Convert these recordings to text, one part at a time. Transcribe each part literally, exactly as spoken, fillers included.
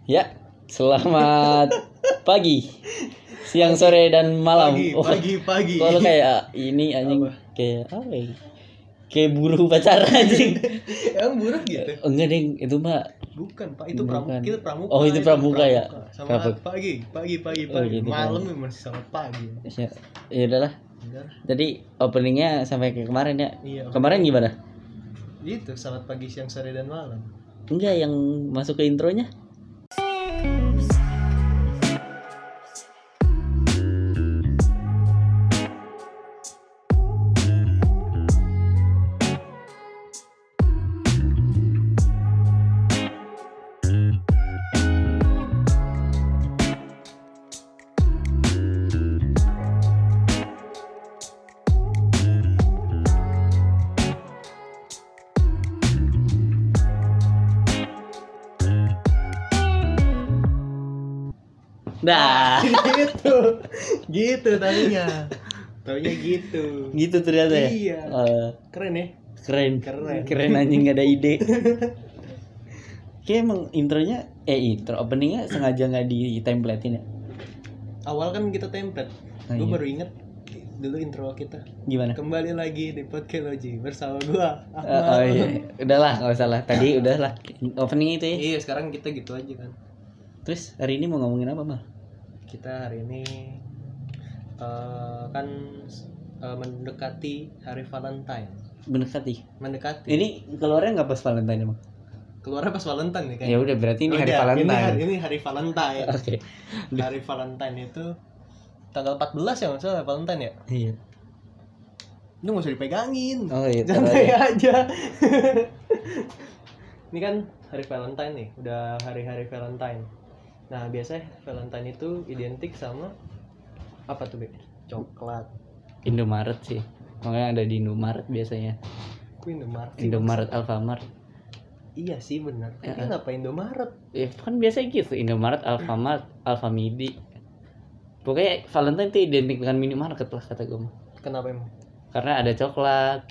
Ya, selamat pagi, siang, sore, dan malam. Pagi, oh, pagi, pagi. Kalau kayak ini anjing, Apa? kayak apa ya? Kayak buruh pacaran anjing. Emang buruk gitu? Oh, enggak deng, itu mah Bukan pak, itu Bukan. pramuka, kita pramuka. Oh, itu pramuka ya? Selamat Pramuka. pagi, pagi, pagi, Oh, pagi. gitu, Malam pagi. masih selamat pagi. ya, ya udahlah. Benar. Jadi openingnya sampai ke kemarin ya. Iya. Kemarin gimana? Gitu, selamat pagi, siang, sore, dan malam. Enggak, yang masuk ke intronya. Nah, gitu, gitu tadinya. Taunya gitu. gitu ternyata ya. Iya. Eh, Keren ya? keren. Keren. Keren anjing, gak ada ide. Kayak emang intronya eh intro openingnya sengaja nggak di templatein ya. Awal kan kita template. Oh, Gue iya. baru inget dulu intro kita. Gimana? Kembali lagi di Podcastology bersama gua. Eh, oh iya, udahlah nggak usah lah. Tadi udahlah opening itu ya. Iya, sekarang kita gitu aja kan. Terus hari ini mau ngomongin apa mal? Kita hari ini uh, kan uh, mendekati hari Valentine. Mendekati. Mendekati. Ini keluarnya nggak pas Valentine emang? Keluarnya pas Valentine nih Ya kayaknya. udah berarti ini Oh, hari iya, Valentine. Ini hari, ini hari Valentine. Oke. Hari Valentine itu tanggal empat belas ya, nggak salah Valentine ya. Iya. Lu nggak usah dipegangin. Oh iya. Santai taruh aja. aja. Ini kan hari Valentine nih, udah hari-hari Valentine. Nah, biasanya Valentine itu identik sama apa tuh, Bek? Coklat. Indomaret sih. Makanya ada di Indomaret biasanya. Kok Indomaret sih? Indomaret, Alfamart. Iya sih benar. Ya. Tapi kenapa Indomaret? Ya kan biasa gitu. Indomaret, Alfamart, Alfamidi. Pokoknya Valentine itu identik dengan minimarket lah kata gue mah. Kenapa emang? Karena ada coklat,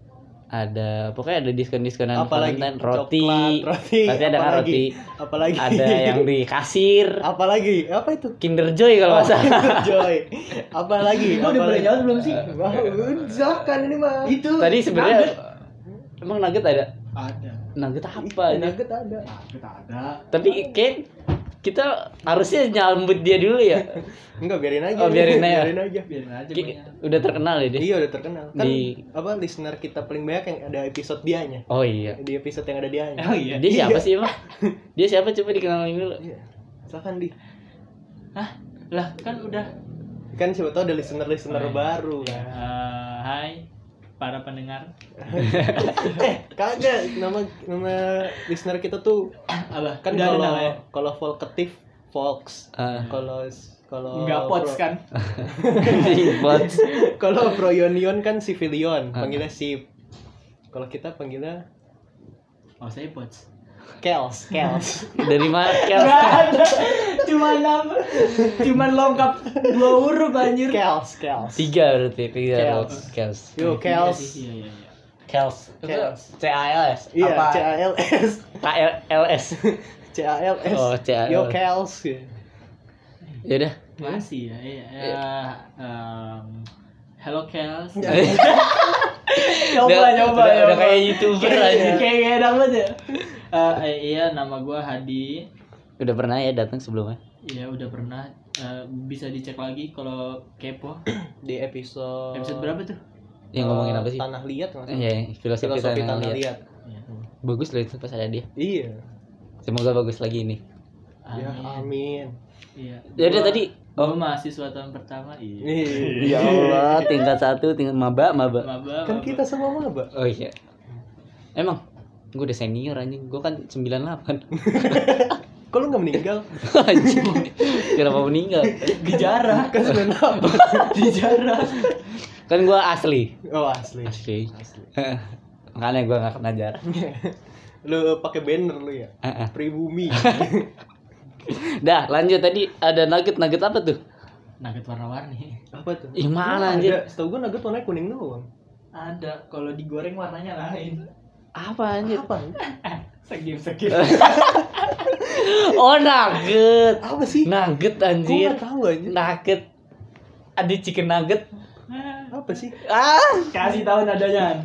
ada pokoknya ada diskon-diskonan Apalagi Valentine, roti, coklat, roti, pasti ada kan apalagi? roti, Apalagi? ada yang di kasir, Apalagi? Apa itu? Kinder Joy kalau nggak salah. Joy. Apalagi? Lu udah boleh jawab belum sih? Wah, silakan ini mah. Itu Tadi sebenarnya emang nugget ada, ada. nugget apa aja? Nugget ada. Kita ada. Tapi kayak kita harusnya nyambut dia dulu ya. Enggak, biarin aja. Oh, biarin aja. Biarin aja. Biarin aja Ki- punya. udah terkenal ya dia. Iya, udah terkenal. Kan Di- apa listener kita paling banyak yang ada episode dianya. Oh iya. Di episode yang ada dianya. Oh iya. Dia siapa sih emang? Dia siapa, coba dikenalin dulu. Iya. Silakan di. Hah? Lah kan udah. Kan siapa tahu ada listener-listener Oh, iya. baru kan. Eh, hai para pendengar. eh, kagak nama nama listener kita tuh Apa? kan Udah ada kalau namanya? kalau Volkatif Fox. Ah. Kalau kalau Enggak pots Pro- kan? Bots. Kalau Proyonion kan Civilion, Ah. panggilnya Sip. Kalau kita panggilnya Oh, saya pots. Kels, Kels. Dari mana? Kel? Enggak ada. Cuma nama. Cuma lengkap dua huruf anjir. Kels, Kels. Tiga berarti, tiga. Kels. Kels. Yo, Iya Kels. sih, Iya, iya, iya. Kels. Kels. C A L S. Iya, Apa? C A L S. K L S. C A L S. Oh, C A L S. Yo, Kels. Ya udah. Masih ya. Iya. Ya, em, Hello Kels. Ya. Coba, Udah- coba, udah, coba. udah kayak YouTuber Kayak- aja. Kayak kayak enak banget ya. Eh, eh, iya, nama gua Hadi. Udah pernah ya datang sebelumnya? Iya, udah pernah. Eh, bisa dicek lagi kalau kepo. Di episode Episode berapa tuh? Yang ngomongin apa sih? Tanah Liat nggak sih? Iya, filosofi, Filosofi tanah Tanah liat. Liat. Iya. Bagus loh itu pas ada dia. Iya. Semoga bagus lagi ini. Ya, amin. Iya. Ya udah Gua- tadi. gua mahasiswa tahun pertama. Iya. Ya Allah, tingkat satu, tingkat maba, maba. Maba, Kan maba. kita semua maba. Oh iya. Emang gue udah senior anjing. Gue kan sembilan delapan. Kok lu nggak meninggal? Anjing. Kenapa meninggal? di jarah. Kan sembilan delapan. Di jarah. Kan gue asli. Oh, asli. Asli. Asli. Makanya gue gak kena jarak. Lu pakai banner lu ya? Heeh. Pribumi. Dah, lanjut tadi ada nugget-nugget apa tuh? Nugget warna-warni. Apa tuh? Ih, mana, Ada. anjir? Setahu gua nugget warnanya kuning doang. Ada, kalau digoreng warnanya lain. Apa anjir? Apa? Segim segim. Oh, nugget. Apa sih? Nugget Gue anjir. nggak tahu aja. Nugget. Ada chicken nugget. Apa sih? Ah, Kasih tahu nadanya.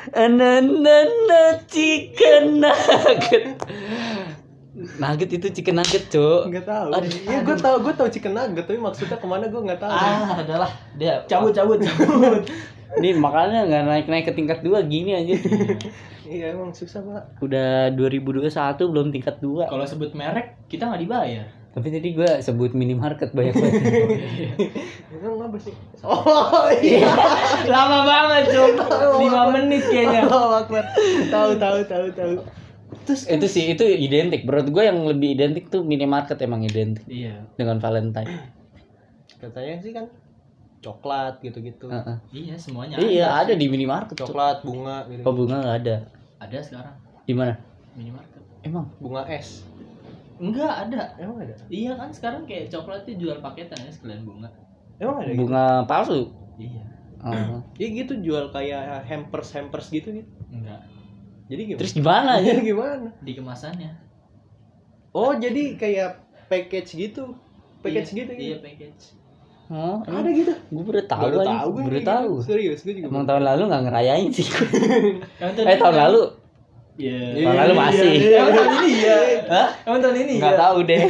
ananana chicken nugget. Nugget itu chicken nugget, Cuk. Nggak tahu. Aduh, Iya, gue tahu, gue tahu chicken nugget, tapi maksudnya kemana gue nggak tahu. Ah, adalah dia Cabut cabut cabut. Ini makanya nggak naik-naik ke tingkat dua gini aja. Iya, emang susah, Pak. Udah dua ribu dua puluh satu belum tingkat dua. Kalau sebut merek kita nggak dibayar. Tapi tadi gue sebut minimarket banyak banget. Emang apa sih? Oh iya. Lama banget, Cuk. lima menit kayaknya. Oh, Akbar. Tahu tahu tahu tahu. Terus Itu sih itu identik. Menurut gue yang lebih identik tuh minimarket emang identik Iya. dengan Valentine. katanya sih kan coklat gitu-gitu. Heeh. Iya, semuanya. Iya, ada. ada di minimarket. Cuk. Coklat, bunga gitu. Oh, bunga nggak ada. Ada sekarang Di mana? minimarket. Emang? Bunga es. Enggak ada. Emang ada? Iya kan sekarang kayak coklat tuh jual paketan ya sekalian bunga. Emang ada gitu? Bunga palsu. Iya. Oh. Iya gitu jual kayak hampers hampers gitu gitu. Enggak. Jadi gimana? Terus gimana aja? Jadi gimana? Di kemasannya. Oh jadi kayak package gitu, package Iya, gitu. Iya, package. Oh, Ada gitu. gue baru tahu Baru aja. tahu gue Baru kayak tahu. gitu. Serius gue juga. Emang baru tahun lalu nggak ngerayain sih. Emang eh tahun lalu? Iya. Tahun lalu masih. Emang tahun ini iya. Hah? Emang tahun ini Nggak iya. tahu deh.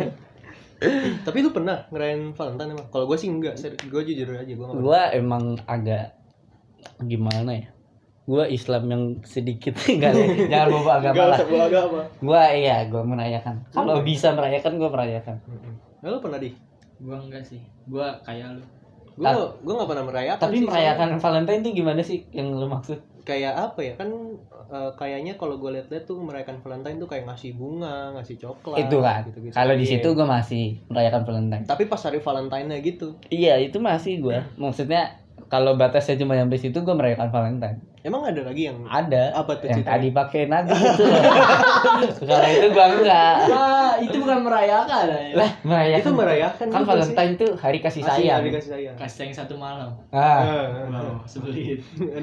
Tapi lu pernah ngerayain Valentine emang? Kalau gue sih enggak, gue jujur aja gue enggak. Gue emang agak gimana ya? Gue Islam yang sedikit enggak deh. Jangan bawa agama Enggak lah. usah bawa agama. Gue iya, gue merayakan. Kalau bisa merayakan, gue merayakan. Nah, lu pernah di? Gua enggak sih. Gua kayak lu. Gue Ah. gue enggak pernah merayakan. Tapi sih, merayakan Valentine itu gimana sih yang lu maksud? soalnya. Kayak apa ya kan? eh, kayaknya kalau gue lihat-lihat tuh merayakan Valentine tuh kayak ngasih bunga, ngasih coklat. Itu kan. gitu-gitu. Kalau di Iya. situ gue masih merayakan Valentine. Tapi pas hari Valentine-nya gitu. Iya, itu masih gue. Maksudnya kalau batasnya cuma sampai situ gue merayakan Valentine. Emang ada lagi yang Ada. Apa tuh yang ceritanya? tadi pakai nugget itu. Kalau itu gua enggak. Ah, itu bukan merayakan ya. Lah, merayakan. Itu merayakan Kan juga Valentine tuh hari kasih Kasih, sayang. hari kasih sayang. Kasih sayang satu malam. Ah, Wow, sebelit.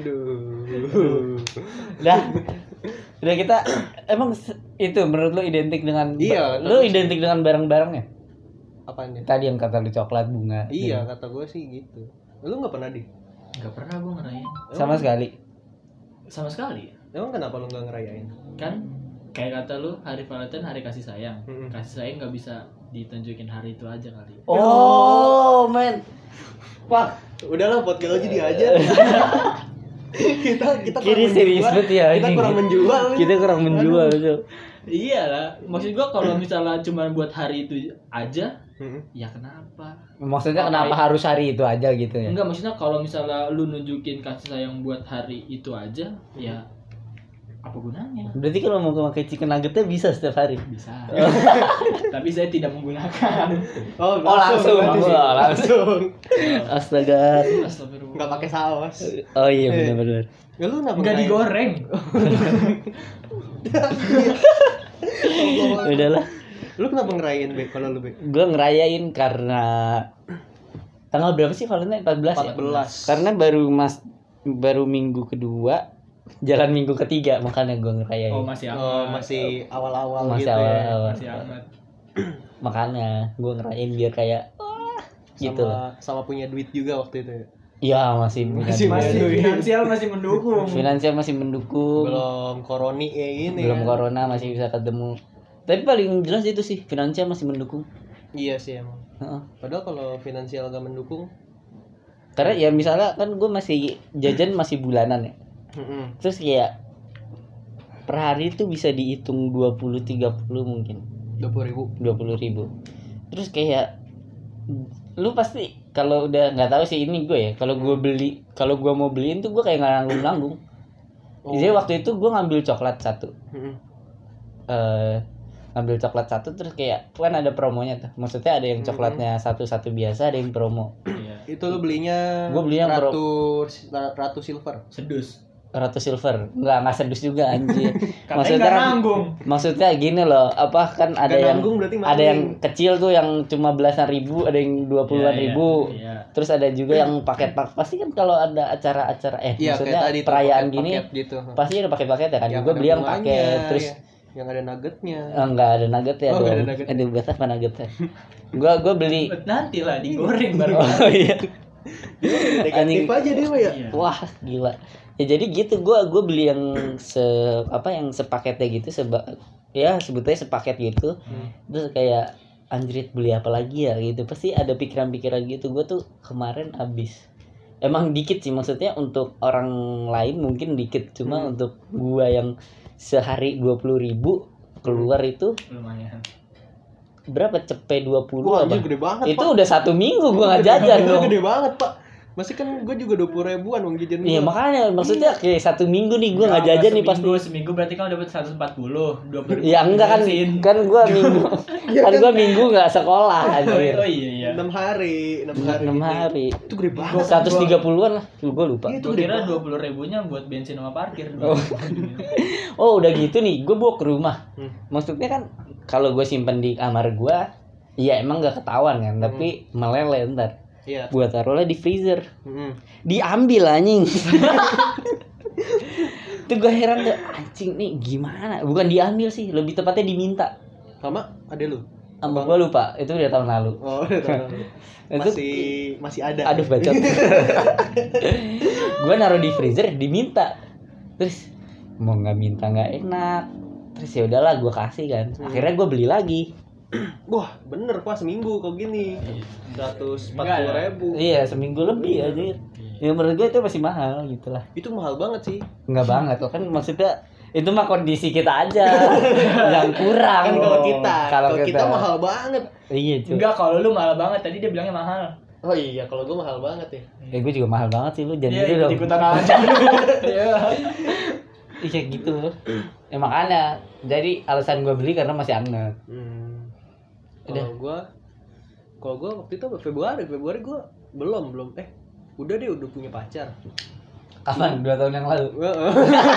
Aduh. udah. Udah kita emang se- itu menurut lu identik dengan Iya, lu tapi- identik dengan barang-barangnya? Apaan ya? Tadi yang kata lu coklat, bunga. Iya, kata gue sih gitu. Lu nggak pernah di? Enggak pernah gua ngerayain. Sama sekali. Sama sekali. Emang kenapa lu nggak ngerayain? Kan kayak kata lu hari Valentine hari kasih sayang. Mm-mm. Kasih sayang nggak bisa ditunjukin hari itu aja kali. Oh, men. Wah, Udahlah buat galau jadi aja. kita kita kiri kurang serius menjual. banget ya. Kita anjing. kurang menjual. Kita kurang menjual tuh. Iyalah, maksud gua kalau misalnya cuma buat hari itu aja, Mm-mm. ya kenapa? Maksudnya Apa kenapa itu? harus hari itu aja gitu ya? Enggak, maksudnya kalau misalnya lu nunjukin kasih sayang buat hari itu aja, ya apa gunanya? Berarti kalau mau pakai chicken nuggetnya bisa setiap hari. Bisa. Tapi saya tidak menggunakan. Oh, Oh, langsung. berarti sih. Oh, langsung. Astaga. Astagfirullah. Nggak pakai saus. Oh iya benar-benar. Ya lu kenapa Enggak ngerayain? digoreng. Udahlah. Lu kenapa ngerayain Be kalau lu Be? Gue ngerayain karena tanggal berapa sih Valentine? empat belas ya? empat belas. Karena baru mas baru minggu kedua, jalan minggu ketiga, makanya gue ngerayain. Oh, masih hangat. Oh, masih awal-awal Masih gitu ya. awal-awal. Masih hangat. Makanya gue ngerayain biar kayak wah, gitu lah. Sama sama punya duit juga waktu itu ya. Iya masih Masih- punya Masih duit. finansial masih mendukung. Finansial masih mendukung. Belum koroni kayak gini. Belum kan. corona masih bisa ketemu. Tapi paling jelas itu sih finansial masih mendukung. Iya sih emang. Heeh. Padahal kalau finansial gak mendukung, Karena ya misalnya kan gue masih jajan masih bulanan ya. mm-mm. Terus kayak per hari itu bisa dihitung dua puluh tiga puluh mungkin. dua puluh ribu. dua puluh ribu. Terus kayak lu pasti kalau udah nggak tahu sih ini gue ya. Kalau gue beli, kalau gue mau beliin tuh gue kayak nggak nanggung-nanggung. Oh. Jadi waktu itu gue ngambil coklat satu. Mm-mm. eh ngambil coklat satu terus kayak kan ada promonya tuh. Maksudnya ada yang coklatnya satu-satu biasa, ada yang promo. Iya. Itu lu belinya Gua beli yang pro- ratu ratu silver. Sedus. Ratu silver. Nggak nggak sedus juga anjir. Katanya Maksudnya nggak kan- nanggung. Maksudnya gini loh, apa kan ada Nggak yang nanggung berarti ada maksudnya yang kecil tuh yang cuma belasan ribu, ada yang dua puluhan Iya, iya, ribu. Iya. Terus ada juga yang paket pak pasti kan kalau ada acara-acara eh Iya, maksudnya kayak tadi tuh, perayaan paket- gini paket gitu. pasti ada paket-paket ya kan. Yang Gue ada beli yang bunganya, paket terus iya. Yang ada nuggetnya. Enggak ada nugget ya. Oh, dong. nggak ada nugget. Aduh, buat apa nuggetnya? Gua gua beli. Nanti lah digoreng baru. Oh iya. Negatif Anjing. aja dia mah ya. Iya. Wah, gila. Ya jadi gitu gua gua beli yang se apa yang sepaketnya gitu seba ya sebetulnya sepaket gitu. Hmm. Terus kayak anjrit beli apa lagi ya gitu. Pasti ada pikiran-pikiran gitu. Gua tuh kemarin habis. Emang dikit sih maksudnya untuk orang lain mungkin dikit cuma Hmm. untuk gua yang sehari dua puluh ribu keluar itu Lumayan. berapa cepet dua puluh Wah, apa? anjir gede banget, Itu Pak. udah satu minggu gua nggak jajan Itu dong. gede banget, Pak. Masih kan gue juga dua puluh ribuan uang jajan Iya gua. makanya maksudnya kayak satu minggu nih gua nggak Enggak, jajan nih pasti. seminggu, seminggu berarti kamu dapat seratus empat puluh, dua puluh ribu. Ya enggak kan bensin. kan gua minggu Ya kan kan? gua minggu nggak sekolah Oh, anjir. oh iya iya. enam hari, enam hari. enam gitu. hari. Itu gede banget. seratus tiga puluhan lah. Gua lupa. Iya, itu Gue gede kira banget. dua puluh ribunya buat bensin sama parkir. Oh. Oh, udah gitu nih, gua bawa ke rumah. Hmm. Maksudnya kan kalau gue simpen di kamar gua, iya emang nggak ketahuan kan, tapi meleleh ntar. Iya. Gua taruhlah di freezer. Hmm. Diambil anjing. Tuh gue heran deh, anjing nih gimana? Bukan diambil sih, lebih tepatnya diminta. Sama ada lu? Sama gue lupa, itu udah tahun lalu. Oh, udah tahu. Itu Masih masih ada. aduh bacot. Gue naruh di freezer diminta. Terus mau nggak minta nggak enak. Terus ya udahlah gue kasih kan. Akhirnya gue beli lagi. Wah, bener Pak, seminggu kok gini. seratus empat puluh ribu. Iya seminggu lebih aja. Ya menurut gue itu masih mahal gitu lah. Itu mahal banget sih. Enggak banget loh kan maksudnya itu mah kondisi kita aja yang kurang. Kan kalau kita, kalau kalau kita, kita mahal banget. Iya cuy. Enggak, kalau lu mahal banget. Tadi dia bilangnya mahal. Oh iya, kalau gue mahal banget ya. Ya gue juga mahal banget sih lu jangan Iya, gitu dong. ikutan aja. Iya. Iya gitu. Ya makanya jadi alasan gue beli karena masih anget. Hmm. Udah. Kalau gue, kalau gue waktu itu Februari, Februari gue belum belum eh udah deh udah punya pacar. Kapan? Dua tahun yang lalu. Heeh.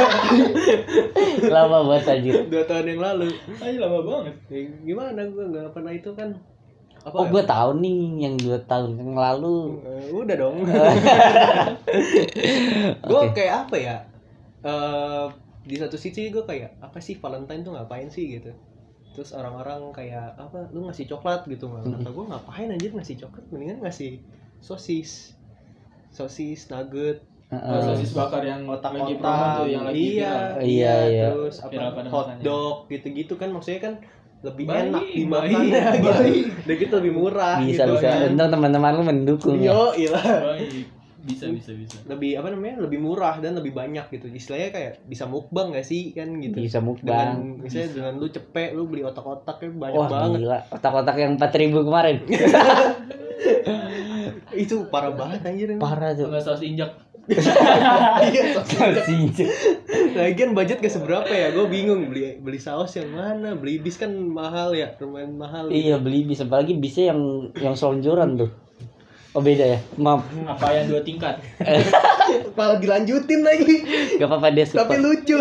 Lama banget anjir. Dua tahun yang lalu. Ayo lama banget. Ya, gimana gue nggak pernah itu kan? Apa Oh ya? gue tahu nih yang dua tahun yang lalu. Eh, udah dong. Gue Oke. kayak apa ya? Eh di satu sisi gue kayak apa sih Valentine tuh ngapain sih gitu. Terus orang-orang kayak apa? Lu ngasih coklat gitu nggak? Kata gue ngapain anjir ngasih coklat? Mendingan ngasih sosis, sosis, nugget. Heeh. Sosis bakar yang Otak-otak, lagi promo tuh yang lagi iya, viral. Iya, iya. Terus apa Viral pada hot masanya. dog gitu-gitu kan maksudnya kan lebih Baik, enak dimakan baik, ya, gitu. baik. Udah gitu lebih murah Bisa gitu bisa. kan. Untung teman-teman lu mendukung ya. Yo, iya. Baik. Bisa bisa bisa. Lebih apa namanya? Lebih murah dan lebih banyak gitu. Istilahnya kayak bisa mukbang gak sih kan gitu. Bisa mukbang. Dengan misalnya dengan lu cepet lu beli otak-otaknya banyak Wah banget. gila. Otak-otak yang empat ribu kemarin. Itu parah banget anjir. emang. Parah tuh. Enggak saus injak. Iya, Sinjek. lagian budget gak seberapa ya, gue bingung beli beli saus yang mana, beli bis kan mahal ya, lumayan mahal. Iya beli bis apalagi bisnya yang yang selonjoran tuh. Oh beda ya. Maaf. Apa yang dua tingkat? Malah dilanjutin lagi, Gak apa-apa dia suka. tapi lucu.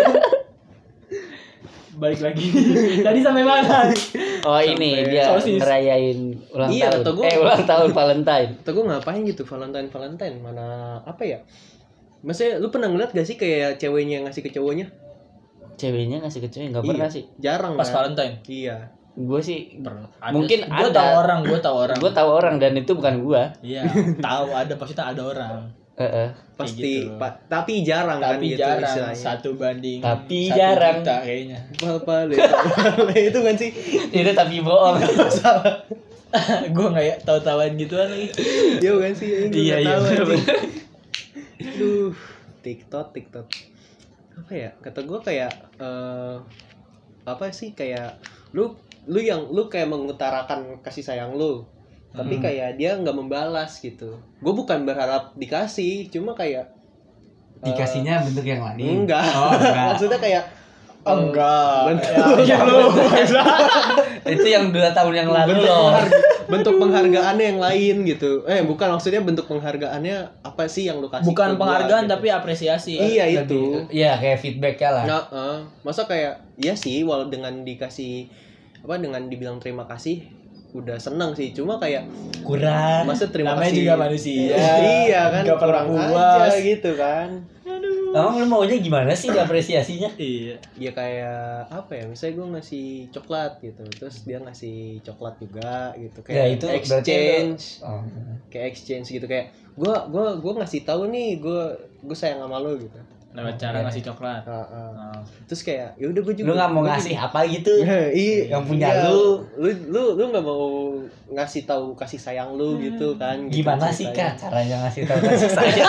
Balik lagi. Tadi sampai mana? Oh ini Sampai dia sosis. ngerayain ulang Iya, tahun. atau gua- Eh ulang tahun Valentine. Atau gue ngapain gitu Valentine Valentine mana apa ya? Maksudnya lu pernah ngeliat gak sih kayak ceweknya yang ngasih ke cowoknya? Ceweknya ngasih ke cewek nggak pernah Iya, sih. jarang Pas kan? Valentine. Iya. Gue sih Ada, mungkin gua ada. tahu orang, gua tahu orang. Gue tahu orang dan itu bukan gue. Iya, tahu ada maksudnya ada orang. Heeh. Pasti, gitu. pa- tapi jarang kan Tapi gitu jarang istilahnya. satu banding Tapi satu jarang. juta kayaknya. Apa itu kan sih? Itu tapi bohong. Gue nggak ya tahu-tahuan gituan lagi. Iya kan sih? Ini gua Iya, nggak iya, tahu, bener, anjing. Duh, TikTok, TikTok. Apa ya? Kata gue kayak eh, apa sih kayak lu lu yang lu kayak mengutarakan kasih sayang lu. Tapi Hmm. kayak dia nggak membalas gitu. Gue bukan berharap dikasih, cuma kayak eh, Dikasihnya bentuk yang lain. enggak. Oh, enggak. Maksudnya kayak eh, Enggak. bentuk- Ya, lu. Itu yang dua tahun yang lalu bentuk, loh. pengharga- bentuk penghargaannya yang lain gitu. Eh bukan maksudnya bentuk penghargaannya apa sih yang lu kasih? Bukan ke gua, penghargaan gitu. tapi apresiasi. Iya Lebih- itu. Iya kayak feedbacknya lah. Nah, eh, masa kayak iya sih walau dengan dikasih apa dengan dibilang terima kasih udah senang sih. Cuma kayak Kurang. masa terima Namanya kasih. juga manusia. Iya kan Nggak pernah kurang puas. aja gitu kan. Aduh. Emang lu maunya gimana sih apresiasinya? Iya. Ya kayak apa ya, misalnya gue ngasih coklat gitu, terus dia ngasih coklat juga gitu, kayak Ya, itu berarti exchange udah- oh. kayak exchange gitu, kayak gue gue gue ngasih tahu nih gue gue sayang sama lo gitu. Lewat cara Oke. ngasih coklat. Heeh. Oh. Terus kayak ya udah gue juga Lu nggak mau gua ngasih juga- apa gitu? iya, Yang punya iya, lu. lu lu lu nggak mau ngasih tahu kasih sayang lu gitu kan? Gitu Gimana sih ceritanya. Kak caranya ngasih tahu kasih sayang?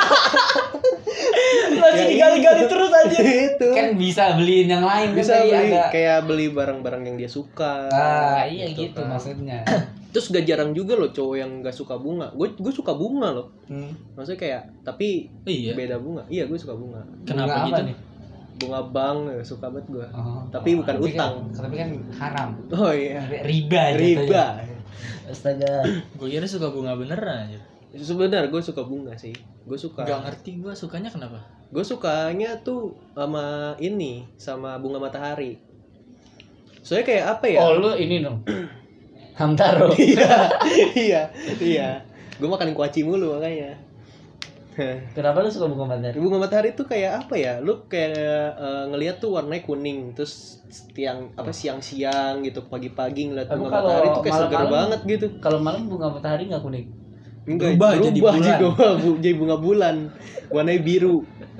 Masih Ya, digali-gali terus aja. Itu Kan bisa beliin yang lain kan bisa tadi beli ada. kayak beli barang-barang yang dia suka. Ah, iya gitu kan. maksudnya. Terus gak jarang juga loh cowok yang gak suka bunga. Gue gue suka bunga loh. Hmm. Maksudnya kayak tapi Iya. beda bunga. Iya gue suka bunga. Kenapa Bunga gitu? apa nih? Bunga bank ya, suka banget gue. Oh, Tapi bukan tapi utang. Kan, tapi kan haram. Oh iya. Riba Riba. jatuhnya. Astaga. Gue kira suka bunga beneran aja. Sebenarnya gue suka bunga sih. Gue suka. Gak ngerti gue sukanya kenapa. Gue sukanya tuh sama ini, sama bunga matahari. Soalnya kayak apa ya? Oh, lu ini dong. Hamtaro. iya, iya, iya. Gue makan kuaci mulu makanya. Kenapa lu suka bunga matahari? Bunga matahari tuh kayak apa ya? Lu kayak uh, ngelihat tuh warnanya kuning, terus tiang apa siang-siang gitu, pagi-pagi ngeliat Tapi bunga kalau matahari tuh kayak segar malam-malam- banget gitu. Kalau malam bunga matahari nggak kuning. Enggak, Berubah berubah jadi jadi bulan. bunga, bu- jadi bunga bulan, warnanya biru.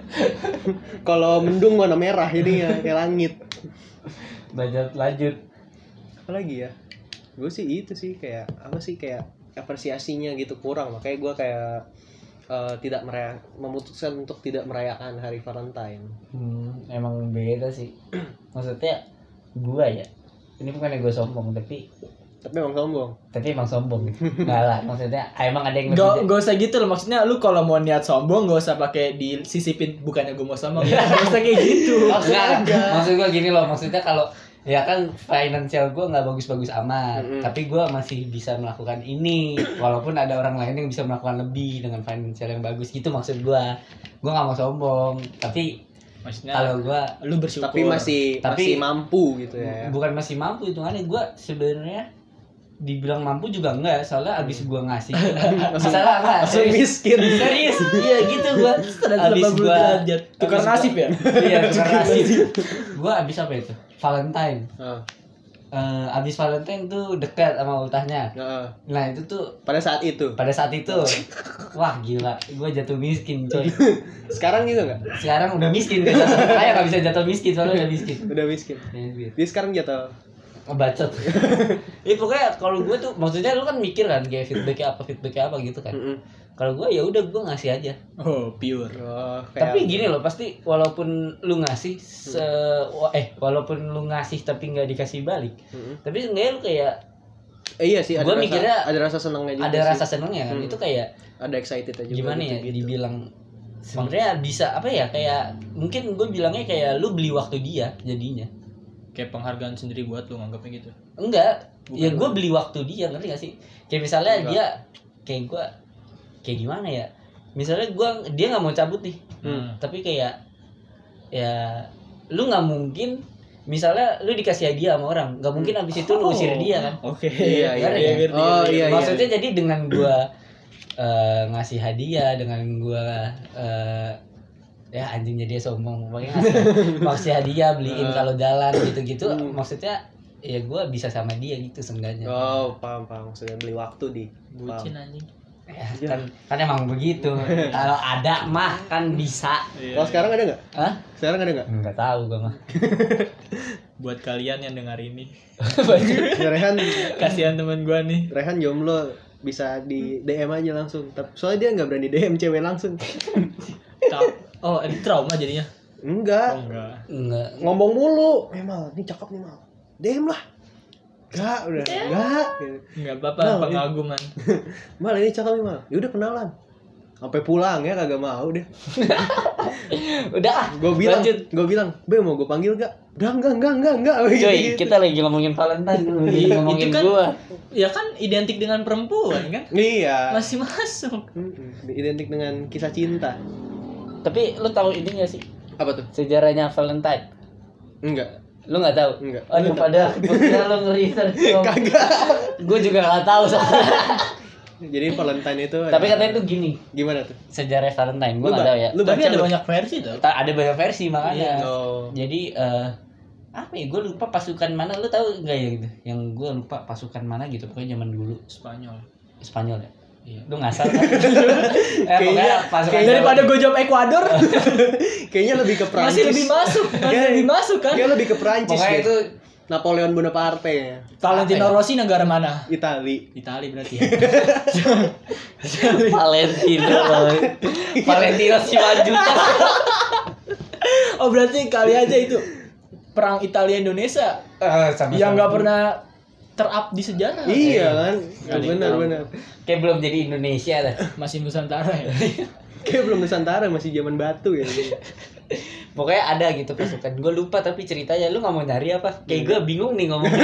Kalau mendung warna merah ini ya, kayak langit. Lanjut lanjut. Apa lagi ya? Gue sih itu sih kayak apa sih kayak apresiasinya gitu kurang, makanya gue kayak uh, tidak meraya memutuskan untuk tidak merayakan hari Valentine. Hmm, emang beda sih. Maksudnya gua ya. Ini bukannya gue sombong tapi Tapi emang sombong. tapi emang sombong. Enggak lah, maksudnya emang ada yang Gak, lebih. gak usah gitu loh, maksudnya lu kalau mau niat sombong gak usah pakai disisipin, bukannya gue mau sombong ya, gak usah kayak gitu. Oh, enggak, maksud gua gini loh, maksudnya kalau ya kan financial gue nggak bagus-bagus amat, Mm-mm. tapi gue masih bisa melakukan ini walaupun ada orang lain yang bisa melakukan lebih dengan financial yang bagus gitu maksud gue. Gue nggak mau sombong, tapi Maksudnya kalau gue lu bersyukur. Tapi masih Tapi- masih mampu gitu ya. bukan masih mampu hitungannya, gue sebenarnya dibilang mampu juga enggak, soalnya abis gue ngasih masalah enggak Langsung serius miskin. serius iya gitu gue abis gue derajat. Tukar abis nasib gua- ya? iya tukar nasib. Gue abis apa itu Valentine. Heeh. Eh, abis Valentine tuh dekat sama ultahnya. Heeh. Nah itu tuh Pada saat itu. pada saat itu, wah gila, gue jatuh miskin coy. Sekarang juga nggak? Sekarang udah miskin, kayak nggak bisa jatuh miskin soalnya udah miskin. Udah miskin. Ya, gitu. Dia sekarang jatuh. Ngebacot. Ya pokoknya kalau gue tuh, maksudnya lu kan mikir kan kayak feedbacknya apa feedbacknya apa gitu kan. Mm-mm. Kalau gue ya udah gue ngasih aja. Oh, pure. Oh, kayak- Tapi gini loh, pasti walaupun lu ngasih se wa- eh walaupun lu ngasih tapi nggak dikasih balik, Mm-mm. tapi seenggaknya lu kayak Eh, iya sih ada Gua rasa, mikirnya ada rasa senangnya juga ada sih. rasa senengnya kan. Hmm. Itu kayak Ada excited aja juga gimana ya gitu-gitu. dibilang sebenarnya bisa apa ya, kayak mungkin gue bilangnya kayak lu beli waktu dia jadinya. Kayak penghargaan sendiri buat lu, nganggapnya gitu. Enggak, Bukan ya gue lu. beli waktu dia, ngerti gak sih? Kayak misalnya Enggak. dia kayak gue kayak gimana ya, misalnya gue dia nggak mau cabut nih, Hmm. tapi kayak ya lu nggak mungkin misalnya lu dikasih hadiah sama orang, nggak mungkin abis itu lu usir dia kan. Oke. Iya, iya, Ngerti iya. kan? ngerti, Oh, ngerti. iya, iya. Maksudnya jadi dengan gua eh, ngasih hadiah, dengan gua eh, ya anjing jadi sombong, pokoknya ngasih, ngasih hadiah, beliin kalau jalan gitu-gitu, Hmm. maksudnya ya gua bisa sama dia gitu seenggaknya. Oh, paham paham. Sudah beli waktu di. Bucin anjing. Ya, kan kan emang begitu. Kalau ada mah kan bisa. Kalau sekarang ada nggak? Hah? Sekarang ada nggak? Enggak tahu gua mah. Buat kalian yang dengar ini, Rehan, kasihan teman gua nih. Rehan jomblo bisa di D M aja langsung. Tapi soalnya dia nggak berani D M cewek langsung. Tra- Oh, ini trauma jadinya. Enggak. Oh, enggak. Enggak. Ngomong mulu. Eh mal, ini cakep nih mal. D M lah. Enggak, udah. Enggak. Enggak apa-apa, Nah, pengaguman. Mal ini cakep nih mal. Ya udah kenalan. Sampai pulang ya kagak mau deh. Udah ah. Gue bilang, Lanjut. gue bilang, "Be mau gue panggil gak?" Udah enggak enggak enggak enggak. Coy, Gitu. kita lagi ngomongin Valentine, lu lagi Iya, ngomongin itu kan- gua. Ya kan identik dengan perempuan kan? Iya. Masih masuk. Mm-mm. Identik dengan kisah cinta. Tapi lu tahu ini gak sih Apa tuh? sejarahnya Valentine? Enggak. Lu nggak tahu? Enggak. Aduh, padahal kira lu nge-research. Kagak. Gue juga nggak tahu soalnya. Jadi Valentine itu ada- Tapi katanya tuh gini, gimana tuh? sejarah Valentine gue Lu nggak ba- tahu ya. lu Tapi baca ada lu? banyak versi tuh. Ta- ada banyak versi makanya. Oh. Jadi eh apa ya? Gue lupa pasukan mana. Lu tahu nggak ya gitu? Yang gue lupa pasukan mana gitu. Pokoknya zaman dulu Spanyol. Spanyol ya. Iya. Lu ngasal kan? eh, pokoknya pasukan kayaknya Daripada gue jawab Ekuador, Kayaknya lebih ke Prancis. masih lebih masuk, masih Kayak- lebih masuk kan? Kayak lebih ke Prancis. pokoknya deh. itu Napoleon Bonaparte ya. Valentino Apa ya? Rossi negara mana? Itali. Itali berarti. Valentino loh. Valentino Simanjuntak. Oh berarti kali aja itu perang Italia Indonesia Eh, sama-sama. yang nggak pernah terup di sejarah. Iya kan? Nggak ada yang Benar tahu. benar. Kayak belum jadi Indonesia lah. Masih Nusantara ya. Kayak belum Nusantara, masih zaman batu ya. Pokoknya ada gitu pasukan. Gue lupa tapi ceritanya lu nggak mau nyari apa? Kayak gue bingung nih ngomong.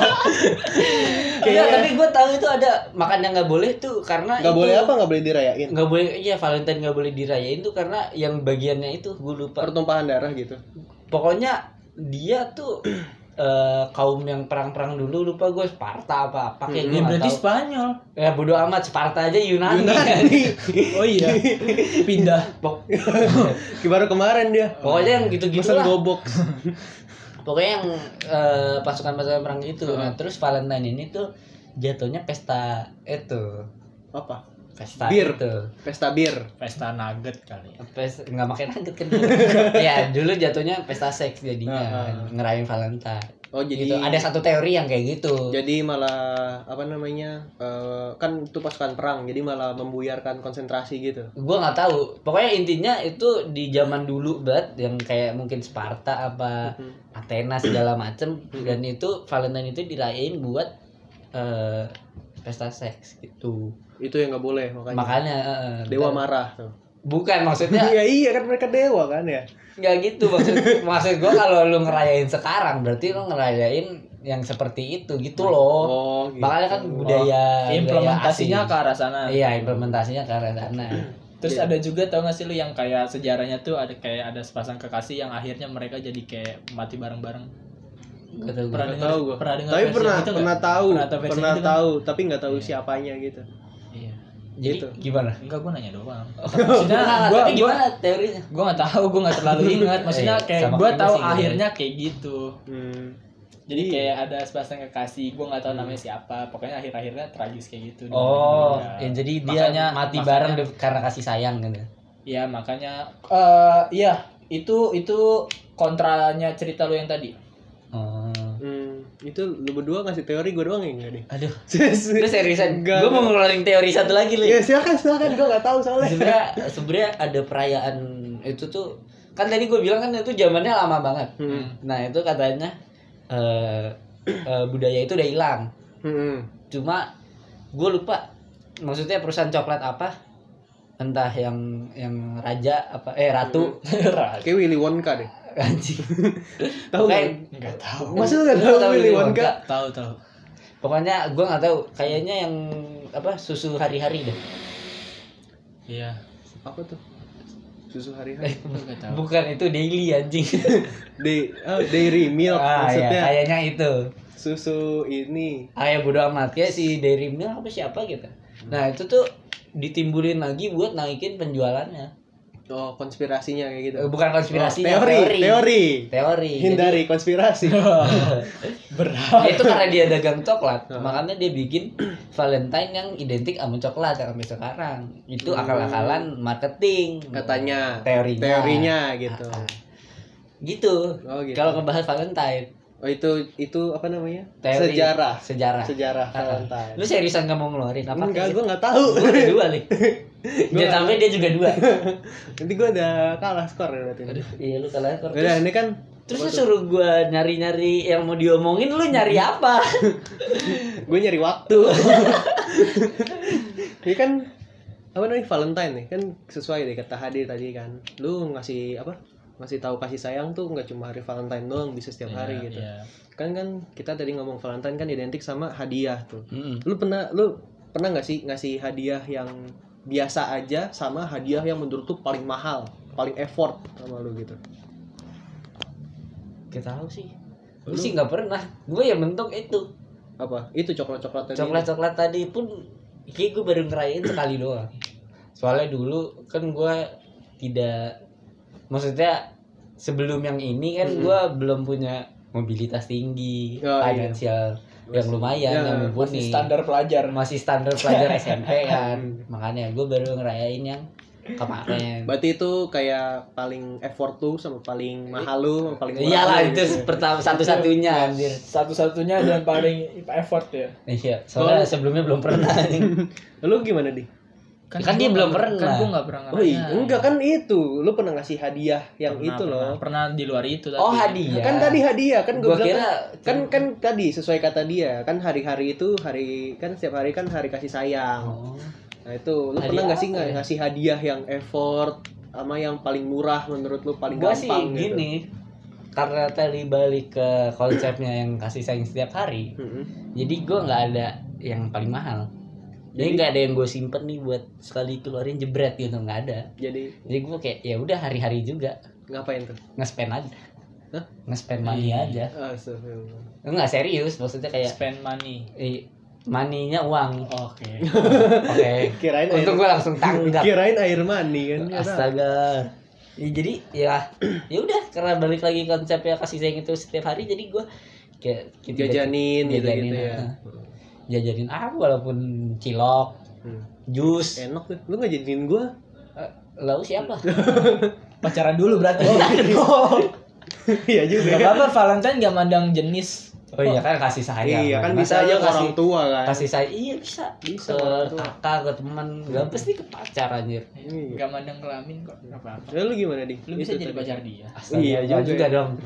Iya, tapi gue tahu itu ada makan yang nggak boleh tuh karena Gak itu- boleh apa? Gak boleh dirayain. nggak boleh. Iya, Valentine nggak boleh dirayain tuh karena yang bagiannya itu gue lupa. Pertumpahan darah gitu. Pokoknya dia tuh eh, kaum yang perang-perang dulu, lupa gue Sparta apa apa kayak gue Ya nggak berarti tahu. Spanyol. Ya bodo amat, Sparta aja Yunani. Yunani. Oh iya. Pindah. Pok- Baru kemarin dia. Pokoknya yang gitu-gitu Pesan lah. gobok. Pokoknya yang eh, pasukan-pasukan perang itu. Heeh. Nah, terus Valentine ini tuh jatuhnya pesta itu. Apa? Pesta Bir. itu. Pesta bir. Pesta nugget kali ya. Pesta nggak makan nugget kan. Ya, dulu jatuhnya pesta seks jadinya, Heeh. ngerayain Valentine. Oh jadi Gitu. Ada satu teori yang kayak gitu. jadi malah apa namanya eh, kan itu pasukan perang jadi malah membuyarkan konsentrasi gitu. Gue nggak tahu. Pokoknya intinya itu di zaman dulu banget yang kayak mungkin Sparta apa Mhm. Athena segala macem, dan itu Valentine itu dirayain buat eh, pesta seks gitu. Itu yang nggak boleh makanya. Makanya eh, Dewa ntar- marah tuh. bukan maksudnya Ya iya kan mereka dewa kan ya. nggak gitu maksud maksud gue kalau lu ngerayain sekarang berarti lu ngerayain yang seperti itu gitu loh. Oh, gitu. Makanya kan budaya Implementasinya budaya ke arah sana. asing. Iya, implementasinya ke arah sana. Terus Iya. ada juga tau gak sih lu yang kayak sejarahnya tuh ada kayak ada sepasang kekasih yang akhirnya mereka jadi kayak mati bareng-bareng. Gak tahu Pernah gue. Nggak tahu gua. Pernah dengar Tapi versi pernah yang itu nggak? pernah tahu, Pernah tahu versi pernah yang itu kan? tahu, tapi nggak tahu Iya. siapanya gitu. Iya. Jadi Gitu. gimana? Enggak, gue nanya doang. Maksudnya gua- tapi gua- gimana teorinya? Gue nggak tahu, gue nggak terlalu ingat. Maksudnya Iya, kayak sama gue juga tahu sih, gua. akhirnya kayak gitu. Hmm. Jadi Iya. kayak ada sepasang kekasih, gue nggak tahu namanya siapa. Pokoknya akhir-akhirnya tragis kayak gitu. Oh, Iya. ya jadi dia Makanya- mati makanya- bareng de- karena kasih sayang gitu. Iya makanya, eh iya itu itu kontranya cerita lu yang tadi. Oh. Hmm, itu lu berdua ngasih teori gue doang ya enggak deh. Aduh. Serius. Lu seriusan? Enggak, Gue mau enggak. ngeluarin teori satu lagi lu. Ya silakan silakan gue nggak tahu soalnya. Sebenarnya sebenarnya ada perayaan itu tuh, kan tadi gue bilang kan itu zamannya lama banget. Hmm. Nah itu katanya eh eh, budaya itu udah hilang. Hmm. Cuma gue lupa maksudnya perusahaan coklat apa, entah yang yang raja apa eh ratu. Kayak Willy Wonka deh. Anjing. Tahu Pokoknya- nggak? Nggak tahu. Masa lu nggak Lu tahu tahu Willy Willy Wonka? Wonka? Tahu tahu. Pokoknya gue nggak tahu, kayaknya yang apa susu hari-hari deh. Iya. Apa tuh? Susu Eh, hari-hari. Nggak tahu. bukan itu daily anjing. Day, oh, dairy milk Ah ya, maksudnya. kayaknya itu. Susu ini. Ah ya bodo amat ya si Dairy Milk apa siapa gitu. Nah itu tuh ditimbulin lagi buat naikin penjualannya. Oh, konspirasinya kayak gitu. Eh, Bukan konspirasi, Oh, teori, teori. teori. Teori. Hindari konspirasi. Berat. Jadi, itu karena dia dagang coklat, Heeh. makanya dia bikin Valentine yang identik sama coklat sampai sekarang. Itu Hmm. akal-akalan marketing. Katanya. Teorinya. Teorinya gitu. Ah, ah. Gitu. Oh, gitu. Kalau ngebahas Valentine, Oh, itu itu apa namanya? teori Sejarah. Sejarah. Sejarah Ah, ah. Valentine. Lu seriusan nggak mau ngeluarin apa? Enggak, gue nggak tahu. Gue udah dua nih. Gua Jangan nggak- sampai dia juga dua. Nanti gue udah kalah skor ya berarti. Aduh, iya lu kalah skor. Udah, Terus, ini kan terus lu suruh gua nyari-nyari yang mau diomongin, lu nyari apa? gue nyari waktu. Ini kan apa namanya Valentine nih kan sesuai deh kata Hadi tadi kan. Lu ngasih apa? Ngasih tahu kasih sayang tuh nggak cuma hari Valentine doang, bisa setiap hari gitu. Iya. Kan kan kita tadi ngomong Valentine kan identik sama hadiah tuh. Mm-mm. Lu pernah lu pernah nggak sih ngasih hadiah yang biasa aja sama hadiah yang menurut tuh paling mahal, paling effort sama lu gitu? Kita tahu sih. Gue Lu- sih nggak pernah. Gue ya mentok itu. Apa? Itu coklat-coklat tadi. Coklat-coklat tadi pun kayak gue baru ngerayain sekali doang. Soalnya dulu kan gue tidak, maksudnya sebelum yang ini kan gue belum punya mobilitas tinggi, Oh, finansial iya. yang lumayan, Ya, yang mumpuni. Masih standar pelajar. Masih standar pelajar S M P kan. Makanya gue baru ngerayain yang kemarin. Berarti itu kayak paling effort lu sama paling mahal lu sama paling murah Iyalah lu itu gitu. pertama satu-satunya anjir. Satu-satunya dan paling effort ya. Iya, soalnya sebelumnya belum pernah. Lu gimana, Di? Kan dia gua belum nggak- pernah. Kan gua enggak pernah Oh iya, ngerayain. enggak kan itu. Lu pernah ngasih hadiah yang Pernah, itu pernah. loh. Pernah di luar itu tadi. Oh, hadiah. Kan tadi hadiah kan gue Gua bilang kira kan, kan kan tadi sesuai kata dia kan hari-hari itu hari kan setiap hari kan hari kasih sayang. Oh. Nah itu lu Hadiah pernah nggak sih apa nggak ya? ngasih hadiah yang effort sama yang paling murah menurut lu paling Gua sih gampang gitu? gini, karena tadi balik ke konsepnya yang kasih sayang setiap hari. Mm-mm. Jadi gua nggak ada yang paling mahal. Jadi Jadi- nggak ada yang gue simpen nih buat sekali keluarin jebret gitu, nggak ada. Jadi Jadi gue kayak ya udah hari-hari juga ngapain tuh? nge-spend aja. Hah? Nge-spend money Iya. aja. Astagfirullah. Enggak serius, maksudnya kayak spend money. eh, money-nya uang. Oke. Oke. Kirain air, Untung gue langsung tanggap. kirain air mani kan? Astaga. Ya, jadi ya ya udah karena balik lagi konsepnya kasih sayang itu setiap hari, jadi gue kayak kita Jajanin gitu jajanin, gitu ya. ah. jajanin apa walaupun cilok, Hmm. jus. Enak tuh. Lu nggak jadiin gua? Eh, Lalu siapa? Pacaran dulu berarti. Iya juga. Gak apa-apa, Valentine gak mandang jenis. Oh iya kan kasih sayang. Iya kan Masa bisa aja lu ke orang tua kan. kasih sayang, iya bisa. Bisa Ke ke orang tua. kakak, ke teman, gak pasti ke pacar anjir. Iya. Gak mandang kelamin kok. Gak apa-apa. Ya, lu gimana, Di? Lu bisa Itu jadi tadi. pacar dia. Astaga, Iya gua juga juga ya. dong.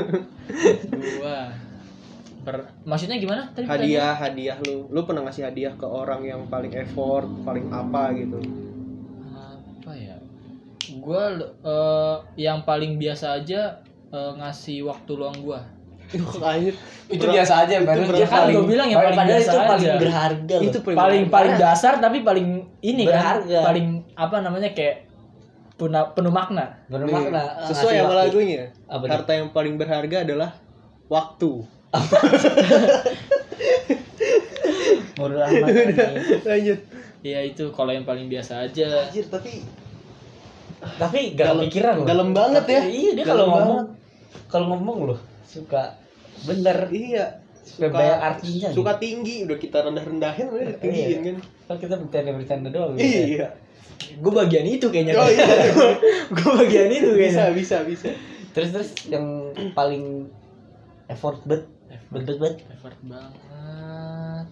Gua. Per, maksudnya gimana tadi? Hadiah, hadiah lu. Lu pernah ngasih hadiah ke orang yang paling effort, paling apa gitu? Apa ya? Gua eh, yang paling biasa aja eh, ngasih waktu luang gua. Anjir. Itu biasa aja, baru dia kan gua bilang yang paling padahal biasa itu paling aja. berharga loh. Itu Paling paling dasar tapi paling ini Berharga. kan. Paling apa namanya kayak puna, penuh makna. bermakna. Nih, sesuai sama lagunya. Apa tuh? Harta yang paling berharga adalah waktu. Bodoh amat. anjing. Lanjut. Ya itu kalau yang paling biasa aja. Anjir, tapi Tapi gak Dalam- kepikiran loh. dalam banget Tapi ya. Iya dia Dalam kalau ngomong banget. kalau ngomong loh suka bener. iya, Suka banyak artinya. suka gitu. tinggi, udah kita rendah-rendahin udah Iya. tinggiin kan. Kan kita bercanda-bercanda doang. gitu ya. Iya. Gue bagian itu kayaknya. Oh iya. Gue bagian itu Bisa, kayaknya. bisa, bisa. Terus terus yang paling effort bet bet bet bet. Effort banget.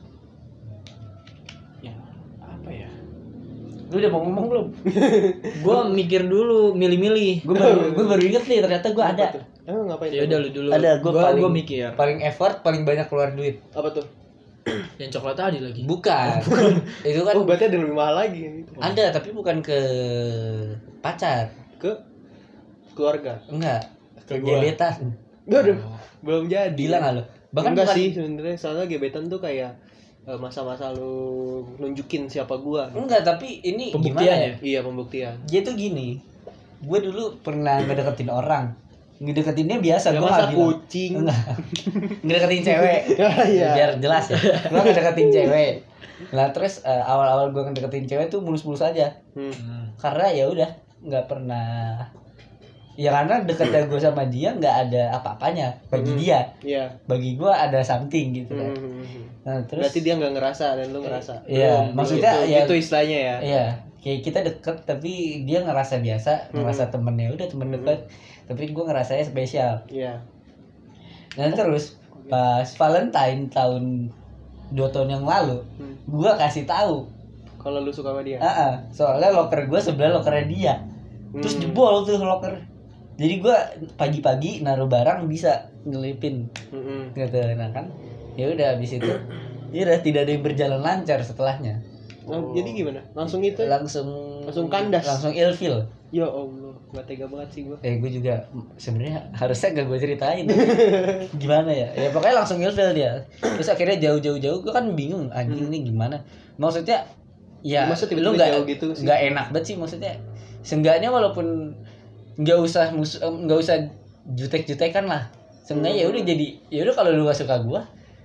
Ya apa ya? Lu udah mau ngomong belum? Gue mikir dulu, milih-milih. Gue baru gue baru inget nih ternyata gue ada. Apa tuh? Emang ngapain? Ya udah lu dulu. Ada, gua gua, paling- gua mikir. Paling effort, paling banyak keluar duit. Apa tuh? Yang coklat tadi lagi. Bukan. Itu kan Oh, berarti ada lebih mahal lagi gitu. ada tapi bukan ke pacar. Ke keluarga. Enggak. Ke gua. gebetan. Gue udah belum jadi. Bilang nggak lu? Bahkan Enggak bukan- sih sebenarnya, soalnya gebetan tuh kayak eh, masa-masa lu nunjukin siapa gua. Enggak, tapi ini Pembuktian gimana ya? ya? Iya, pembuktian. Dia tuh gini. Gue dulu pernah ngedeketin orang. Ngedeketinnya biasa, Ya gue masa nggak bilang. kucing. Enggak. Ngedeketin cewek. Iya. Biar jelas ya. Gue ngedeketin cewek. Nah terus eh, awal-awal gue ngedeketin cewek tuh mulus-mulus aja. Hmm. Hmm. Karena ya udah nggak pernah. Ya karena deketnya gue sama dia nggak ada apa-apanya bagi Hmm. dia. Iya. Bagi gue ada something gitu kan. Hmm. Nah terus. Berarti dia nggak ngerasa dan lu ngerasa. Iya, Belum, maksudnya gitu, ya- gitu istilahnya ya. Iya, kayak kita deket tapi dia ngerasa biasa, Hmm. ngerasa temennya udah temen deket, tapi gue ngerasanya spesial. Iya. Dan terus pas Valentine tahun dua tahun yang lalu, Hmm. gue kasih tahu, Kalau lu suka sama dia. ah, ah, soalnya loker gue sebelah lokernya dia, terus Hmm. jebol tuh loker. Jadi gue pagi-pagi naruh barang bisa ngelipin, Mm-mm. gitu, nah kan, ya udah habis itu, ya udah tidak ada yang berjalan lancar setelahnya, Nah, jadi gimana? Langsung itu? langsung Langsung kandas. langsung ilfil. Ya Allah, nggak tega banget sih gua. Eh gue juga mm, sebenarnya harusnya gak gue ceritain gimana ya, ya pokoknya langsung ilfil dia. Terus akhirnya jauh-jauh-jauh gue kan bingung anjing ini gimana, maksudnya ya Masa tiba-tiba lu nggak jauh gitu sih? nggak enak banget sih, maksudnya seenggaknya walaupun nggak usah mus- em, nggak usah jutek-jutekan lah, seenggaknya ya udah jadi ya udah kalau lu gak suka gue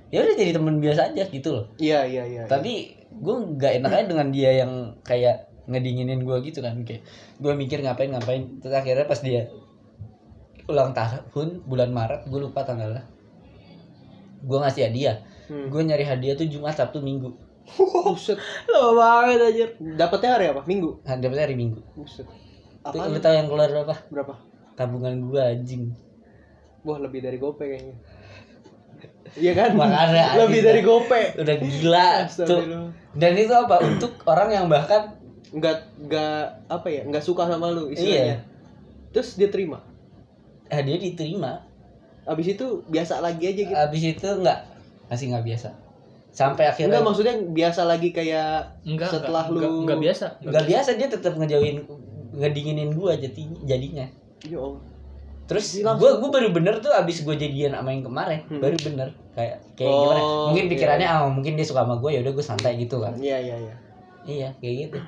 ya udah jadi teman biasa aja gitu loh. Iya iya iya. Tapi gue nggak enak aja dengan dia yang kayak ngedinginin gue gitu kan, kayak gue mikir ngapain ngapain terus akhirnya pas dia ulang tahun bulan Maret, gue lupa tanggalnya, gue ngasih hadiah. hmm. Gue nyari hadiah tuh Jumat, Sabtu, Minggu. Buset. Lama banget aja. Dapatnya hari apa? Minggu. Nah, dapetnya hari Minggu. Buset. Tuh, Apa? lu tahu yang keluar berapa? Berapa? Tabungan gue anjing. Wah, lebih dari GoPay kayaknya. Iya kan? Makanya lebih dari GoPay. Udah gila tuh. Dan itu apa? Untuk orang yang bahkan Enggak enggak apa ya? Enggak suka sama lu istilahnya. Iya. Terus dia terima. hadiah diterima. Abis itu biasa lagi aja gitu. Abis itu enggak, masih nggak biasa. Sampai akhirnya enggak, maksudnya biasa lagi kayak Enggak, setelah enggak, lu enggak, enggak biasa. nggak biasa, dia tetap ngejauhin ngedinginin gua jadi jadinya. Ya Allah. Terus Langsung. gue gue baru bener tuh abis gue jadian sama yang kemarin, Hmm. baru bener kayak kayak Oh, gimana? Mungkin iya. pikirannya ah mungkin dia suka sama gue, ya udah gue santai gitu kan. Iya iya iya. Iya kayak gitu.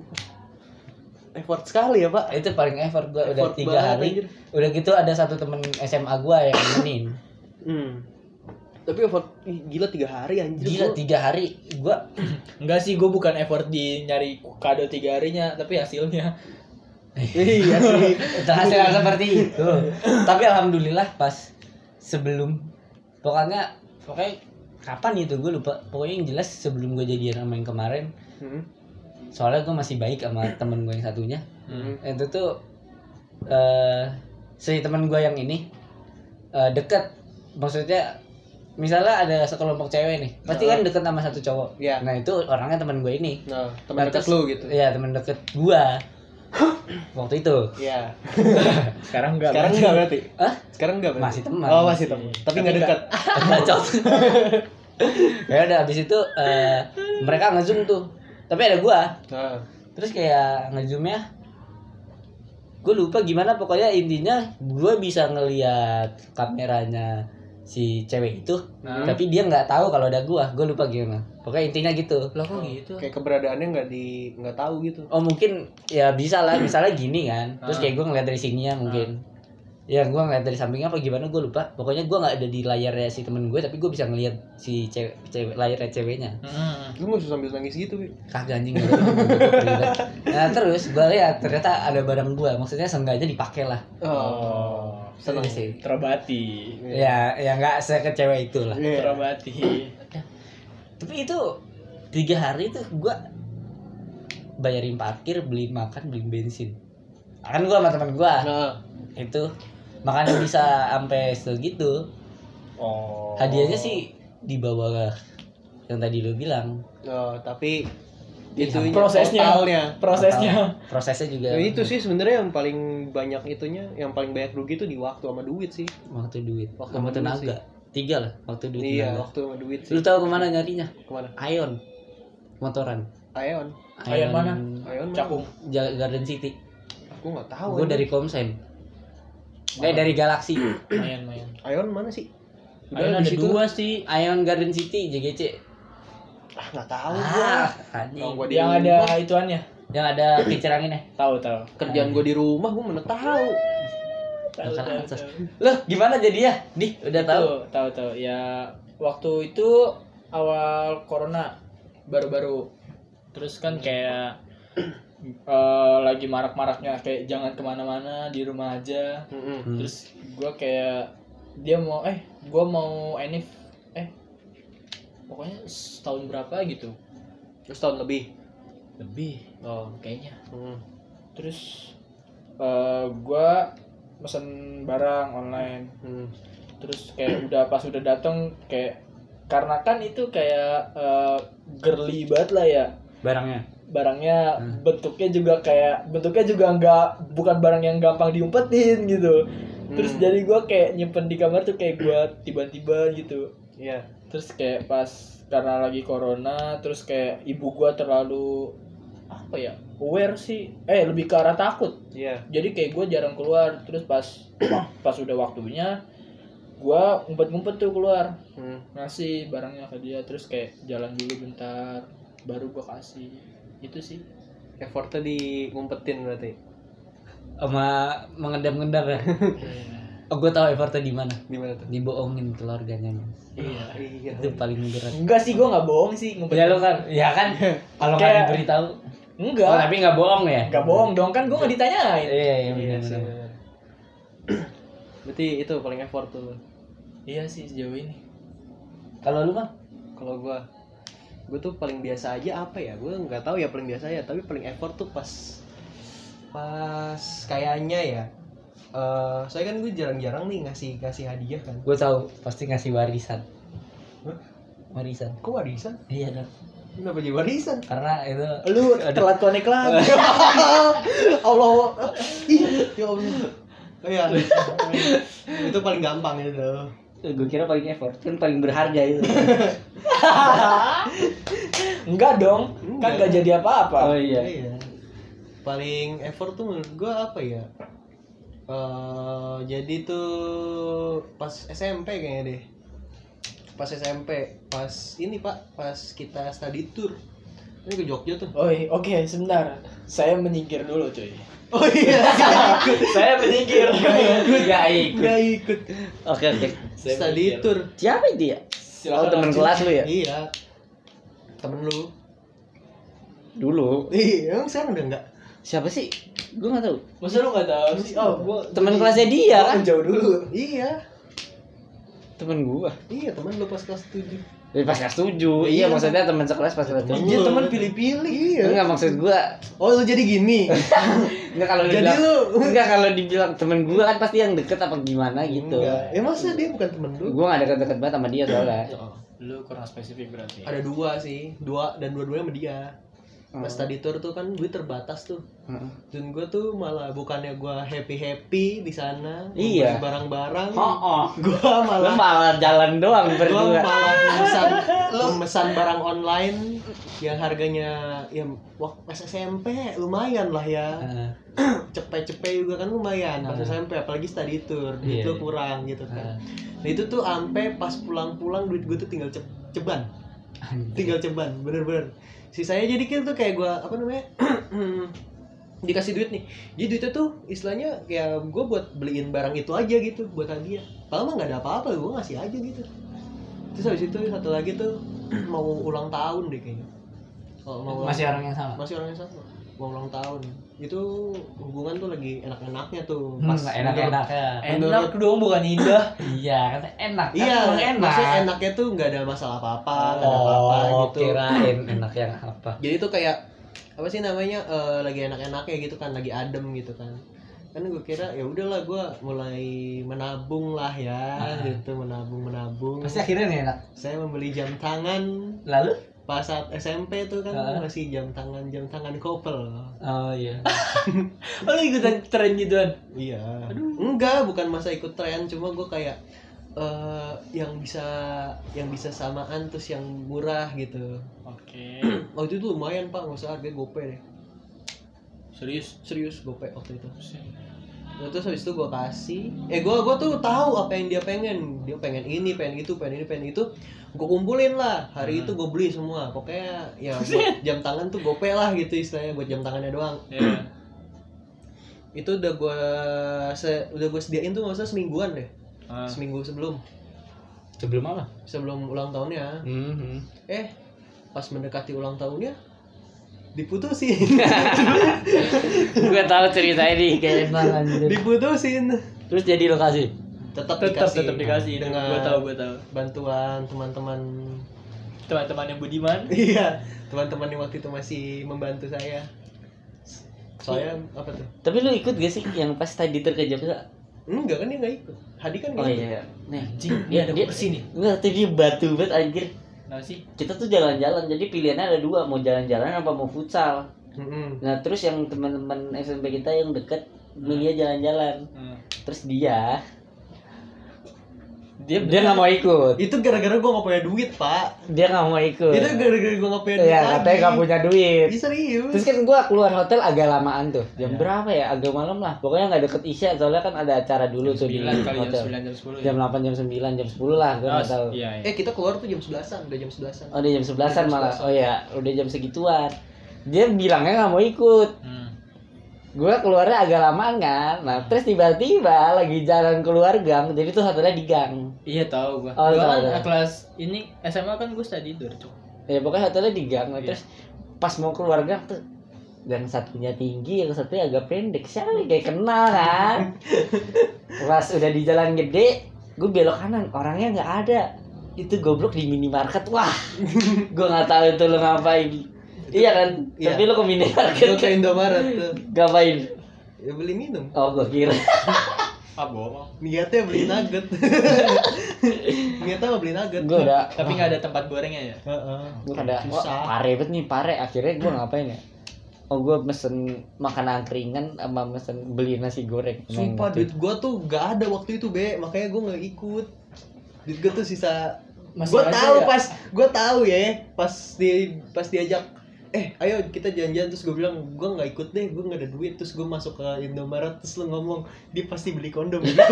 Effort sekali ya, Pak. Itu paling effort gue udah Effort tiga banget, hari. anjir. Udah gitu ada satu temen S M A gue yang nemenin. Hmm. Tapi effort ih, gila tiga hari anjir. Gila Gua- tiga hari gue Enggak sih, gue bukan effort di nyari kado tiga harinya, tapi hasilnya. Iya sih. terhasil seperti itu. Tapi alhamdulillah pas sebelum pokoknya pokoknya kapan itu gue lupa. Pokoknya yang jelas sebelum gue jadian sama yang kemarin. Hmm. Soalnya gue masih baik sama temen gue yang satunya. Hmm. Itu tuh eh si teman gue yang ini eh, deket, maksudnya misalnya ada sekelompok cewek nih pasti kan deket sama satu cowok. Iya. Nah itu orangnya teman gue ini. Nah, teman Nah, dekat terus- lu gitu. Iya teman deket gue waktu itu. Iya. Sekarang enggak. Sekarang enggak berarti? Hah? Sekarang enggak berarti? Masih teman. Oh, masih teman. Tapi enggak dekat. Bacot. Ya udah habis itu eh, mereka ngezoom tuh, tapi ada gue. Nah. Terus kayak ngezoomnya gue lupa gimana, pokoknya intinya gue bisa ngelihat kameranya si cewek itu, Hmm. tapi dia nggak tahu kalau ada gue gue lupa gimana, pokoknya intinya gitu. Lah kok gitu? Kayak keberadaannya enggak di enggak tahu gitu. Oh mungkin ya bisa lah, misalnya gini kan, terus Ah. kayak gue ngeliat dari sininya mungkin, ya gue ngeliat dari sampingnya apa gimana gue lupa, pokoknya gue nggak ada di layarnya si temen gue, tapi gue bisa ngeliat si cewek, cewek layarnya ceweknya. Hmm. Lu enggak usah sambil nangis gitu, Wi. Kagak anjing gak ada. Nah terus gue lihat ternyata ada barang gue, maksudnya seenggaknya dipakai lah. Oh, Seneng sih. terobati. Ya ya nggak sekecewa itu lah. Iya. Terobati. Tapi itu tiga hari tuh gue bayarin parkir, beliin makan, beliin bensin. Kan gue sama teman gue Nah, itu makanya bisa sampai segitu. Oh. Hadiahnya sih di bawah yang tadi lu bilang. oh, tapi Iya, itu prosesnya. totalnya. Prosesnya. Prosesnya juga. Ya, itu sih sebenarnya yang paling banyak itunya, yang paling banyak rugi itu di waktu sama duit sih. Waktu duit, Waktu sama sama duit tenaga. Tiga lah, waktu duit. Iya, tenaga. waktu sama duit sih. Lu tahu kemana nyarinya? Kemana? Ion, motoran. Aeon. Ion mana? Aeon mana? Cakung. Ja- Garden City. Aku nggak tahu. Gue anjing. dari Komsen. Eh dari Galaxy. Mayan, mayan. Aeon mana sih? Ayan di ada situ. dua sih. Ion Garden City J G C. Ah, nggak tahu Ah, gua. anjing. Kalau gua di Yang rumah, ada ituannya. Yang ada kincir anginnya. Tahu, tahu. kerjaan gue di rumah gue mana tahu. Tahu, Angkat tahu, atas. tahu. Loh, gimana jadi ya? Di, udah tahu. Tahu, tahu, tahu. Ya waktu itu awal corona baru-baru. Terus kan kayak eh, lagi marak-maraknya kayak jangan kemana-mana, di rumah aja. Mm-mm. Hmm. Terus gue kayak dia mau eh gue mau enif eh pokoknya setahun berapa gitu, Terus tahun lebih. lebih oh kayaknya. Hmm. Terus eh gue pesen barang online. Hmm. Terus kayak udah pas udah dateng kayak karena kan itu kayak eh, girly banget lah ya Barangnya. barangnya. Hmm. Bentuknya juga kayak bentuknya juga nggak bukan barang yang gampang diumpetin gitu. Terus Hmm. jadi gue kayak nyimpen di kamar tuh kayak gue tiba-tiba gitu. Iya. Terus kayak pas karena lagi corona, terus kayak ibu gue terlalu apa ya aware sih, eh lebih ke arah takut. Iya. Jadi kayak gue jarang keluar. Terus pas pas udah waktunya gue ngumpet-ngumpet tuh keluar Hmm. ngasih barangnya ke dia. Terus kayak jalan dulu bentar baru gue kasih. Itu sih. Effortnya di ngumpetin berarti. Sama mengendam-ngendam ya. Oh, gue tahu effortnya di mana. Di mana tuh? Dibohongin keluarganya. Iya. Iya. Itu paling berat. Enggak sih, gue nggak bohong sih. Ngumpet. Ya lu kan, ya kan kalau nggak Kayak- diberitahu. Enggak. Oh, tapi nggak bohong ya? Nggak bohong dong, kan gue nggak ditanyain. Iya, iya Iya benar. sih. benar. benar. Berarti itu paling effort tuh. Iya sih sejauh ini. Kalau lu mah? Kalau gua gue tuh paling biasa aja apa ya? Gue nggak tahu ya paling biasa ya, tapi paling effort tuh pas pas kayaknya ya. Eh, soalnya kan gue jarang-jarang nih ngasih ngasih hadiah kan. Gue tahu pasti ngasih warisan. Hah? Warisan. Kok warisan? Iya dong. Kenapa jadi warisan? Karena itu Lu telat connect lagi. Allah. Ih, ya Allah. Oh iya. Itu paling gampang itu. gue kira paling effort, kan paling berharga itu. Enggak dong, kan Enggak. nggak jadi apa-apa. Oh iya. Iya. Paling effort tuh menurut gue apa ya? Eh, jadi tuh pas S M P kayaknya deh. Pas S M P, pas ini Pak, pas kita study tour. Ini ke Jogja tuh. Oh iya, oke, sebentar. Saya menyingkir dulu, cuy. Oh iya, gak ikut. Saya menyingkir. Gak ikut. Gak ikut. Oke oke. Saya Study menyingkir. tour. Siapa dia? Silakan Oh, teman lanjut. kelas lu ya? Iya. Temen lu. Dulu. Iya, emang sekarang udah enggak? Siapa sih? Gue nggak tahu. Masa lu nggak tahu sih? Oh, gua Teman kelasnya dia gua kan? jauh dulu. Iya. Temen gua. Iya, temen lu pas kelas tujuh. Dari pas kelas tujuh. Iya, Iya. maksudnya teman sekelas pas kelas tujuh. Iya, teman pilih-pilih. Iya. Enggak maksud gua. Oh, lu jadi gini. Enggak kalau Jadi dibilang. lu Enggak kalau dibilang temen gua kan pasti yang deket apa gimana gitu. Enggak. Ya masa dia bukan temen lu? Gua gak deket-deket banget sama dia soalnya. Oh. Lu kurang spesifik berarti. Ada dua sih, dua dan dua-duanya sama dia. Pas Hmm. study tour tuh kan duit terbatas tuh. Heeh. Dan gue tuh malah bukannya gue happy happy di sana, Iya. membeli barang-barang, Oh, oh. gue Lu malah malah jalan doang gue berdua. malah memesan memesan barang online yang harganya ya waktu pas S M P lumayan lah ya, Heeh. cepet-cepet juga kan lumayan pas Ah. S M P apalagi study tour Iya, duit iya. tuh kurang gitu Heeh. kan. Nah itu tuh ampe pas pulang-pulang duit gue tuh tinggal ce- ceban, tinggal ceban bener-bener. Sisanya jadi kan tuh kayak gue apa namanya dikasih duit nih, jadi duitnya tuh istilahnya kayak gue buat beliin barang itu aja gitu buat hadiah. Kalau mah nggak ada apa-apa gue ngasih aja gitu. Terus habis itu satu lagi tuh mau ulang tahun deh kayaknya. Oh, mau ulang- Masih orang yang sama. masih orang yang sama mau ulang tahun itu hubungan tuh lagi enak-enaknya tuh Hmm, pas enak-enaknya. Enak dong, bukan indah. Iya, kan enak. Kan iya emang enak. maksudnya enaknya tuh nggak ada masalah apa-apa nggak ada apa-apa Oh, gitu kirain enak yang apa? jadi tuh kayak apa sih namanya eh, lagi enak-enaknya gitu kan lagi adem gitu kan kan gue kira ya udahlah gue mulai menabung lah ya Ah. gitu menabung menabung Pasti akhirnya nih enak. saya membeli jam tangan Lalu? pas saat S M P tuh kan Ah. masih jam tangan jam tangan couple. Oh iya. Oh, lu ikutan tren gituan. Iya. Enggak, bukan masa ikut tren, cuma gue kayak eh yang bisa yang bisa samaan terus yang murah gitu. Oke. Waktu itu lumayan Pak, nggak usah harga GoPay deh. Serius? Serius GoPay waktu itu. Nah, terus habis itu gue kasih, eh gue gue tuh tahu apa yang dia pengen, dia pengen ini, pengen itu, pengen ini, pengen itu, gue kumpulin lah. Hari Hmm. itu gue beli semua, pokoknya ya buat jam tangan tuh GoPay lah gitu istilahnya buat jam tangannya doang. Iya. Itu udah gue se- udah gue sediain tuh nggak usah semingguan deh, Ah. seminggu sebelum Sebelum apa? sebelum ulang tahunnya. Hmm. Eh pas mendekati ulang tahunnya diputusin Gue tahu cerita ini kayak emang anjir. diputusin Terus jadi lokasi. tetap Tetap dikasih tetap dikasih. dengan Gua tahu, gua tahu. bantuan teman-teman. Teman-teman yang budiman. Iya, teman-teman yang waktu itu masih membantu saya. Soalnya apa tuh? Tapi lu ikut gak sih yang pas tadi terkejut Jogja? Enggak kan dia nggak ikut. Hadi kan Oh nggak ikut. iya. Nih, Anjing, dia ada kursi nih. Enggak, tapi dia batu banget anjir. Nah sih. Kita tuh jalan-jalan, jadi pilihannya ada dua, mau jalan-jalan apa mau futsal. Mm-mm. Nah, terus yang teman-teman S M P kita yang deket milih jalan-jalan. Hmm. Terus dia Dia dia nggak mau ikut. Itu gara-gara gue nggak punya duit Pak. Dia nggak mau ikut. Itu gara-gara gue nggak punya duit. Iya, lagi. katanya nggak punya duit. Ih, serius. Terus kan gua keluar hotel agak lamaan tuh. Jam Iya. berapa ya? Agak malam lah. Pokoknya nggak deket Isya, soalnya kan ada acara dulu tuh di sembilan kali jam hotel. sembilan jam sepuluh. Jam delapan, jam sembilan, jam sepuluh lah, gua nggak tahu. Iya, iya. Eh kita keluar tuh jam sebelasan, udah jam sebelasan. Oh, dia jam sebelasan Jam malah. sebelasan. Oh ya, udah jam segituan. Dia bilangnya nggak mau ikut. Hmm. gue keluarnya agak lama kan. Nah terus tiba-tiba lagi jalan keluar gang, jadi tuh hotelnya di gang. Iya tahu gua. Oh, Gua tahu, kan tahu. kelas ini S M A kan gua study tour, Cok. Ya pokoknya hotelnya di gang. Nah, Iya. terus pas mau keluar gang tuh, yang satunya tinggi, yang satunya agak pendek. Siapa nih kayak kenal kan? Pas udah di jalan gede, gue belok kanan, orangnya nggak ada. Itu goblok di minimarket. Wah, gue nggak tahu itu lo ngapain. Iya kan? Iya. Tapi lo ke minimarket Gue ke Indomaret tuh. ngapain? Ya beli minum. Oh, gue kira. Ah, bohong. Niatnya beli nugget. Niatnya mau beli nugget. Gue udah. Tapi nggak ada tempat gorengnya ya. Heeh. Gue ada. Wah, Susah. pare banget nih, pare. Akhirnya gue ngapain ya? Oh, gue mesen makanan keringan sama mesen beli nasi goreng. Nah, Sumpah gitu. duit gua tuh gak ada waktu itu, Be. Makanya gua gak ikut. Duit gua tuh sisa. Masih Gua ada tahu ya? pas gua tahu ya, pas di pas diajak eh ayo kita jalan-jalan, terus gue bilang gue nggak ikut deh, gue nggak ada duit. Terus gue masuk ke Indomaret, terus lu ngomong dia pasti beli kondom gitu.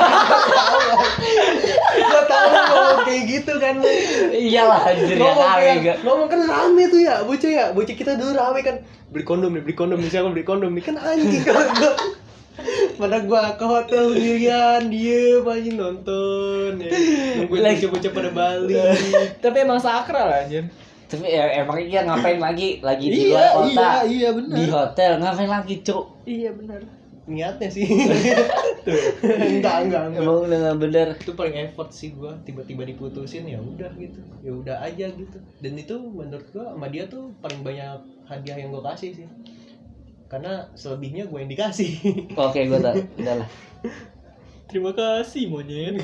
Gue tahu lu ngomong kayak gitu kan. Iyalah anjir ya Ngomong kali kayak, enggak. ngomong kan rame tuh ya, bocah ya, bocah kita dulu rame kan, beli kondom nih, beli kondom nih, siapa beli kondom nih, kan anjing kalau gue. Pada gua ke hotel sendirian, diem aja nonton ya. Nungguin Lagi- bocah-bocah pada balik. Tapi emang sakral anjir. Tapi ya, emang iya ngapain lagi lagi di Iya, luar kota. iya, iya benar. Di hotel ngapain lagi, Cuk? Iya benar. Niatnya sih. Tuh. Enggak, enggak, enggak. Emang udah nggak bener. Itu paling effort sih gua, tiba-tiba diputusin ya udah gitu. Ya udah aja gitu. Dan itu menurut gua sama dia tuh paling banyak hadiah yang gua kasih sih. Karena selebihnya gue yang dikasih. Oke, gue tahu. Udah lah. Terima kasih monyet.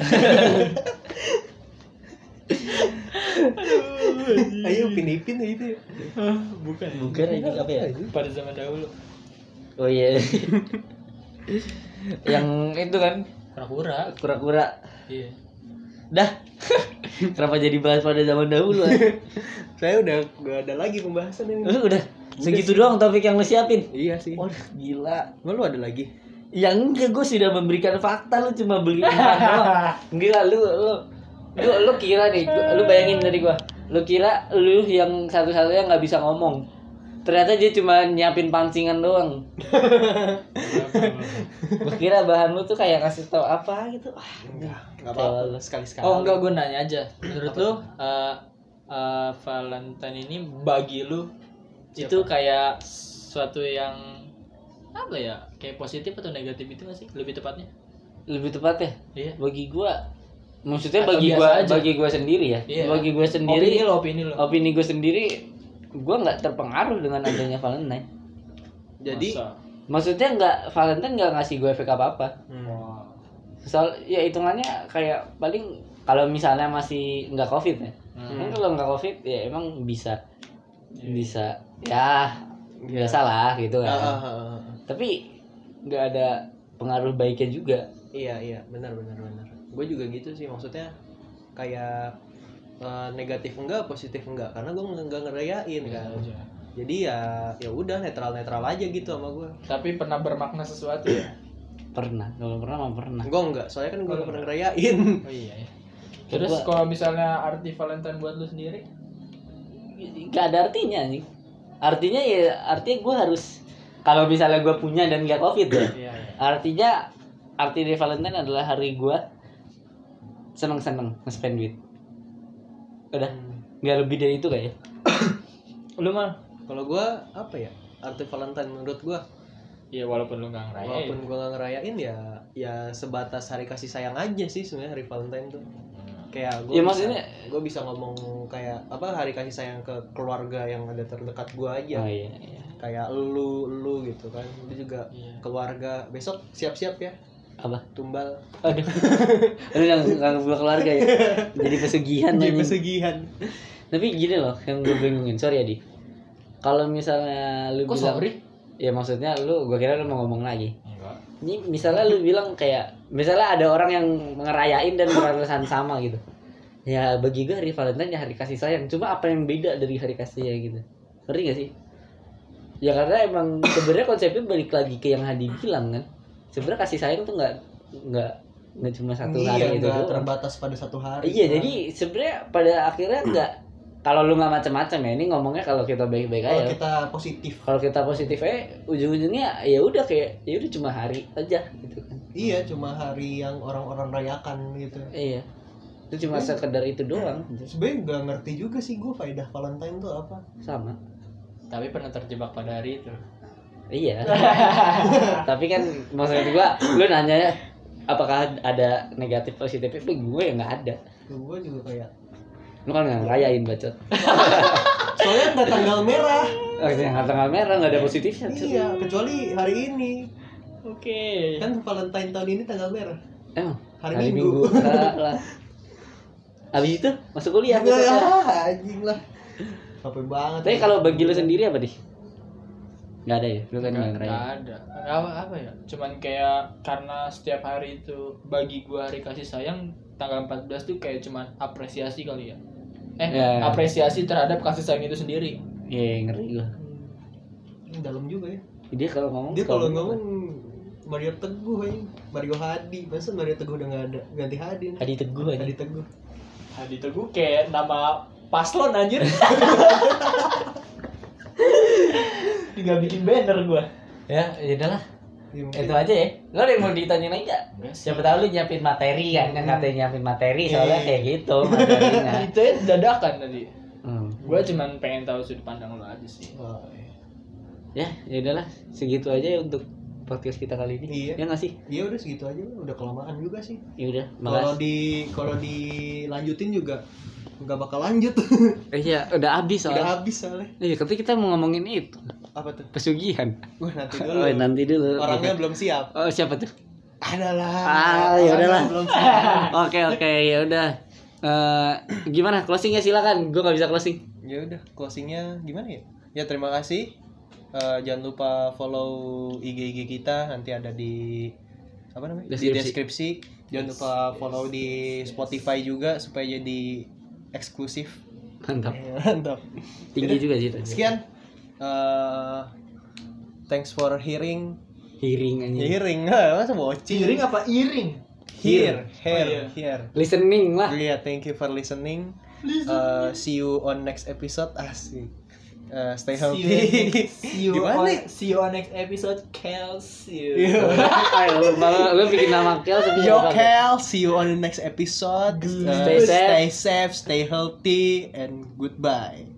Ayo pinipin ya itu. Bukan. Bukan ini apa ya? Pada zaman dahulu. Oh iya. Yang itu kan Kura-kura. kura-kura. Iya. Dah. Kenapa jadi bahas pada zaman dahulu? ah? Saya udah gak ada lagi pembahasan ini. Lu udah segitu doang topik yang lu siapin. Iya sih. Waduh, gila. Emang lu ada lagi? Ya enggak, gue sudah memberikan fakta, lu cuma beli umpan doang. Enggak, lu lu lu lu kira nih, gua- lu bayangin dari gua. Lu kira lu yang satu-satunya nggak bisa ngomong. Ternyata dia cuma nyiapin pancingan doang. Gua kira bahan lu tuh kayak ngasih tau apa gitu. Ah, Enggak, enggak Kalau apa-apa. lu- Sekali-sekali. Oh enggak, gue nanya aja. Menurut lu uh, uh, Valentine ini bagi lu itu kayak suatu yang apa ya? Kayak positif atau negatif itu nggak sih? Lebih tepatnya? lebih tepat ya. Iya. Bagi gua maksudnya Atau bagi biasa gua aja? bagi gua sendiri ya. Iya. Bagi gua sendiri Opini lo, opini lo. opini gua sendiri gua nggak terpengaruh dengan adanya Valentine. Jadi Masa? Maksudnya nggak Valentine nggak ngasih gue efek apa-apa. hmm. Soal ya hitungannya kayak paling kalau misalnya masih nggak covid ya. Hmm. Kan kalau nggak covid ya emang bisa Iya. bisa ya biasa lah gitu kan. Ah, ah, ah, ah. Tapi nggak ada pengaruh baiknya juga. Iya, iya, benar benar benar. Gue juga gitu sih, maksudnya kayak eh, negatif enggak, positif enggak, karena gue nggak ngerayain kan. Aja. Jadi ya ya udah netral-netral aja gitu sama gue. Tapi pernah bermakna sesuatu ya? Pernah, kalau pernah mah pernah. Gue enggak, soalnya kan gue Oh, nggak pernah ngerayain. Oh iya ya. Terus Gua- kalau misalnya arti Valentine buat lu sendiri? Nggak ada artinya nih. Artinya ya artinya gue harus kalau misalnya gue punya dan nggak covid ya. Iya, iya. Artinya arti dari Valentine adalah hari gue seneng-seneng nge-spend duit. Udah, nggak lebih dari itu kayak. Lu mah? Kalau gue apa ya? Arti Valentine menurut gue, Iya, walaupun lu nggak ngerayain. walaupun gue nggak ngerayain ya ya sebatas hari kasih sayang aja sih sebenarnya hari Valentine tuh. Kayak gue Ya, maksudnya- gue bisa ngomong kayak apa hari kasih sayang ke keluarga yang ada terdekat gue aja. Oh iya, iya. Kayak lu lu gitu kan, itu juga Iya. keluarga. Besok siap-siap ya Apa? tumbal. Aduh. Aduh yang nggak ngebuka keluarga ya. Jadi pesugihan Jadi anjing. pesugihan. Tapi gini loh, yang gue bingungin. Sorry Adi. Kalau misalnya lu Kok bilang sorry? ya maksudnya lu gua kira lu mau ngomong lagi. Enggak. Ini misalnya lu bilang kayak misalnya ada orang yang ngerayain dan merasa sama gitu. Ya bagi gue hari Valentine ya hari kasih sayang. Cuma apa yang beda dari hari kasih sayang gitu? Ngerti gak sih? Ya karena emang sebenarnya konsepnya balik lagi ke yang Hadi bilang kan. Sebenarnya kasih sayang tuh nggak nggak nggak cuma satu hari Iya, itu nggak doang. terbatas pada satu hari. Iya, jadi sebenarnya pada akhirnya nggak kalau lu nggak macam-macam ya, ini ngomongnya kalau kita baik-baik Kalau aja. kita positif. Kalau kita positif eh ujung-ujungnya ya udah kayak ya udah cuma hari aja gitu kan. Iya, cuma hari yang orang-orang rayakan gitu. Iya. Itu cuma sekedar itu doang. Sebenarnya nggak ngerti juga sih gue faedah Valentine tuh apa. Sama. Tapi pernah terjebak pada hari itu. Iya. Tapi kan maksud gua lu nanya apakah ada negatif positifnya, gue ya nggak ada. Gue juga kayak Lu kan nggak ngerayain bacot. soalnya nggak tanggal merah. Oh, yang tanggal merah nggak ada positifnya. Cuk. Iya, kecuali hari ini. Oke. Kan Valentine tahun ini tanggal merah. Emang Hari, hari Minggu. Minggu. Lah, lah. Abis itu masuk kuliah besoknya. Enggak, anjing lah. Capek banget. Tapi kalau bagi lu sendiri apa dih? Nggak ada ya? Lu kan nggak Nggak ngerayain. nggak ada. Nggak apa apa ya. Cuman kayak karena setiap hari itu bagi gua hari kasih sayang tanggal empat belas tuh kayak cuman apresiasi kali ya. Eh, Ya. apresiasi terhadap kasih sayang itu sendiri. Iya ngeri gua. Ini dalam juga ya. Dia kalau ngomong Dia suka kalau ngomong ngomong Mario Teguh aja. Mario Hadi. Masa Mario Teguh udah nggak ada? Ganti Hadi. nih. Hadi Teguh aja. Hadi Teguh. Hadi Teguh kayak nama paslon anjir. Tinggal bikin banner gua. Ya, ya udahlah. Ya, mungkin- Itu aja ya. Lo ada yang mau ditanyain lagi nggak? Enggak sih. Siapa tahu lu nyiapin materi kan, kan katanya nyiapin materi Iya, soalnya iya. kayak gitu materinya. Itu ya dadakan tadi. Hmm. Gua cuman pengen tahu sudut pandang lu aja sih. Oh, iya. Ya, ya udahlah, segitu aja ya untuk podcast kita kali ini. Iya. Ya nggak sih? Iya udah segitu aja, udah kelamaan juga sih. Ya udah, Kalau makasih. di kalau dilanjutin juga nggak bakal lanjut. Eh, iya, udah habis Udah soalnya. habis soalnya. Iya, ketika kita mau ngomongin itu, Apa tuh? pesugihan. Wah, nanti dulu. Oh, nanti dulu. Orangnya Oke. belum siap. Oh, siapa tuh? Adalah. Ah, ya udahlah. Belum siap. Oke, oke, ya udah. Eh, gimana closingnya silakan. Gue nggak bisa closing. Ya udah, closingnya gimana ya? Ya terima kasih. Eh, jangan lupa follow I G I G kita, nanti ada di apa namanya? Di Deskripsi. deskripsi. Jangan lupa follow di Spotify juga supaya jadi eksklusif. Mantap. Mantap. Tinggi juga sih tadi. Sekian. Eh, thanks for hearing. Hearing aja. Hearing, ah, masa bocil? Iring apa iring? Here, here, Oh, iya. here. Listening lah. Yeah, thank you for listening. Uh, see you on next episode. Asik. Uh, stay healthy. See you Gimana? on see you on next episode. Calcium. Yo, Ayo, lu malah lu bikin nama Kel tapi Yo nggak pakai. Kel, see you on the next episode. Uh, Stay safe. Stay safe, stay healthy, and goodbye.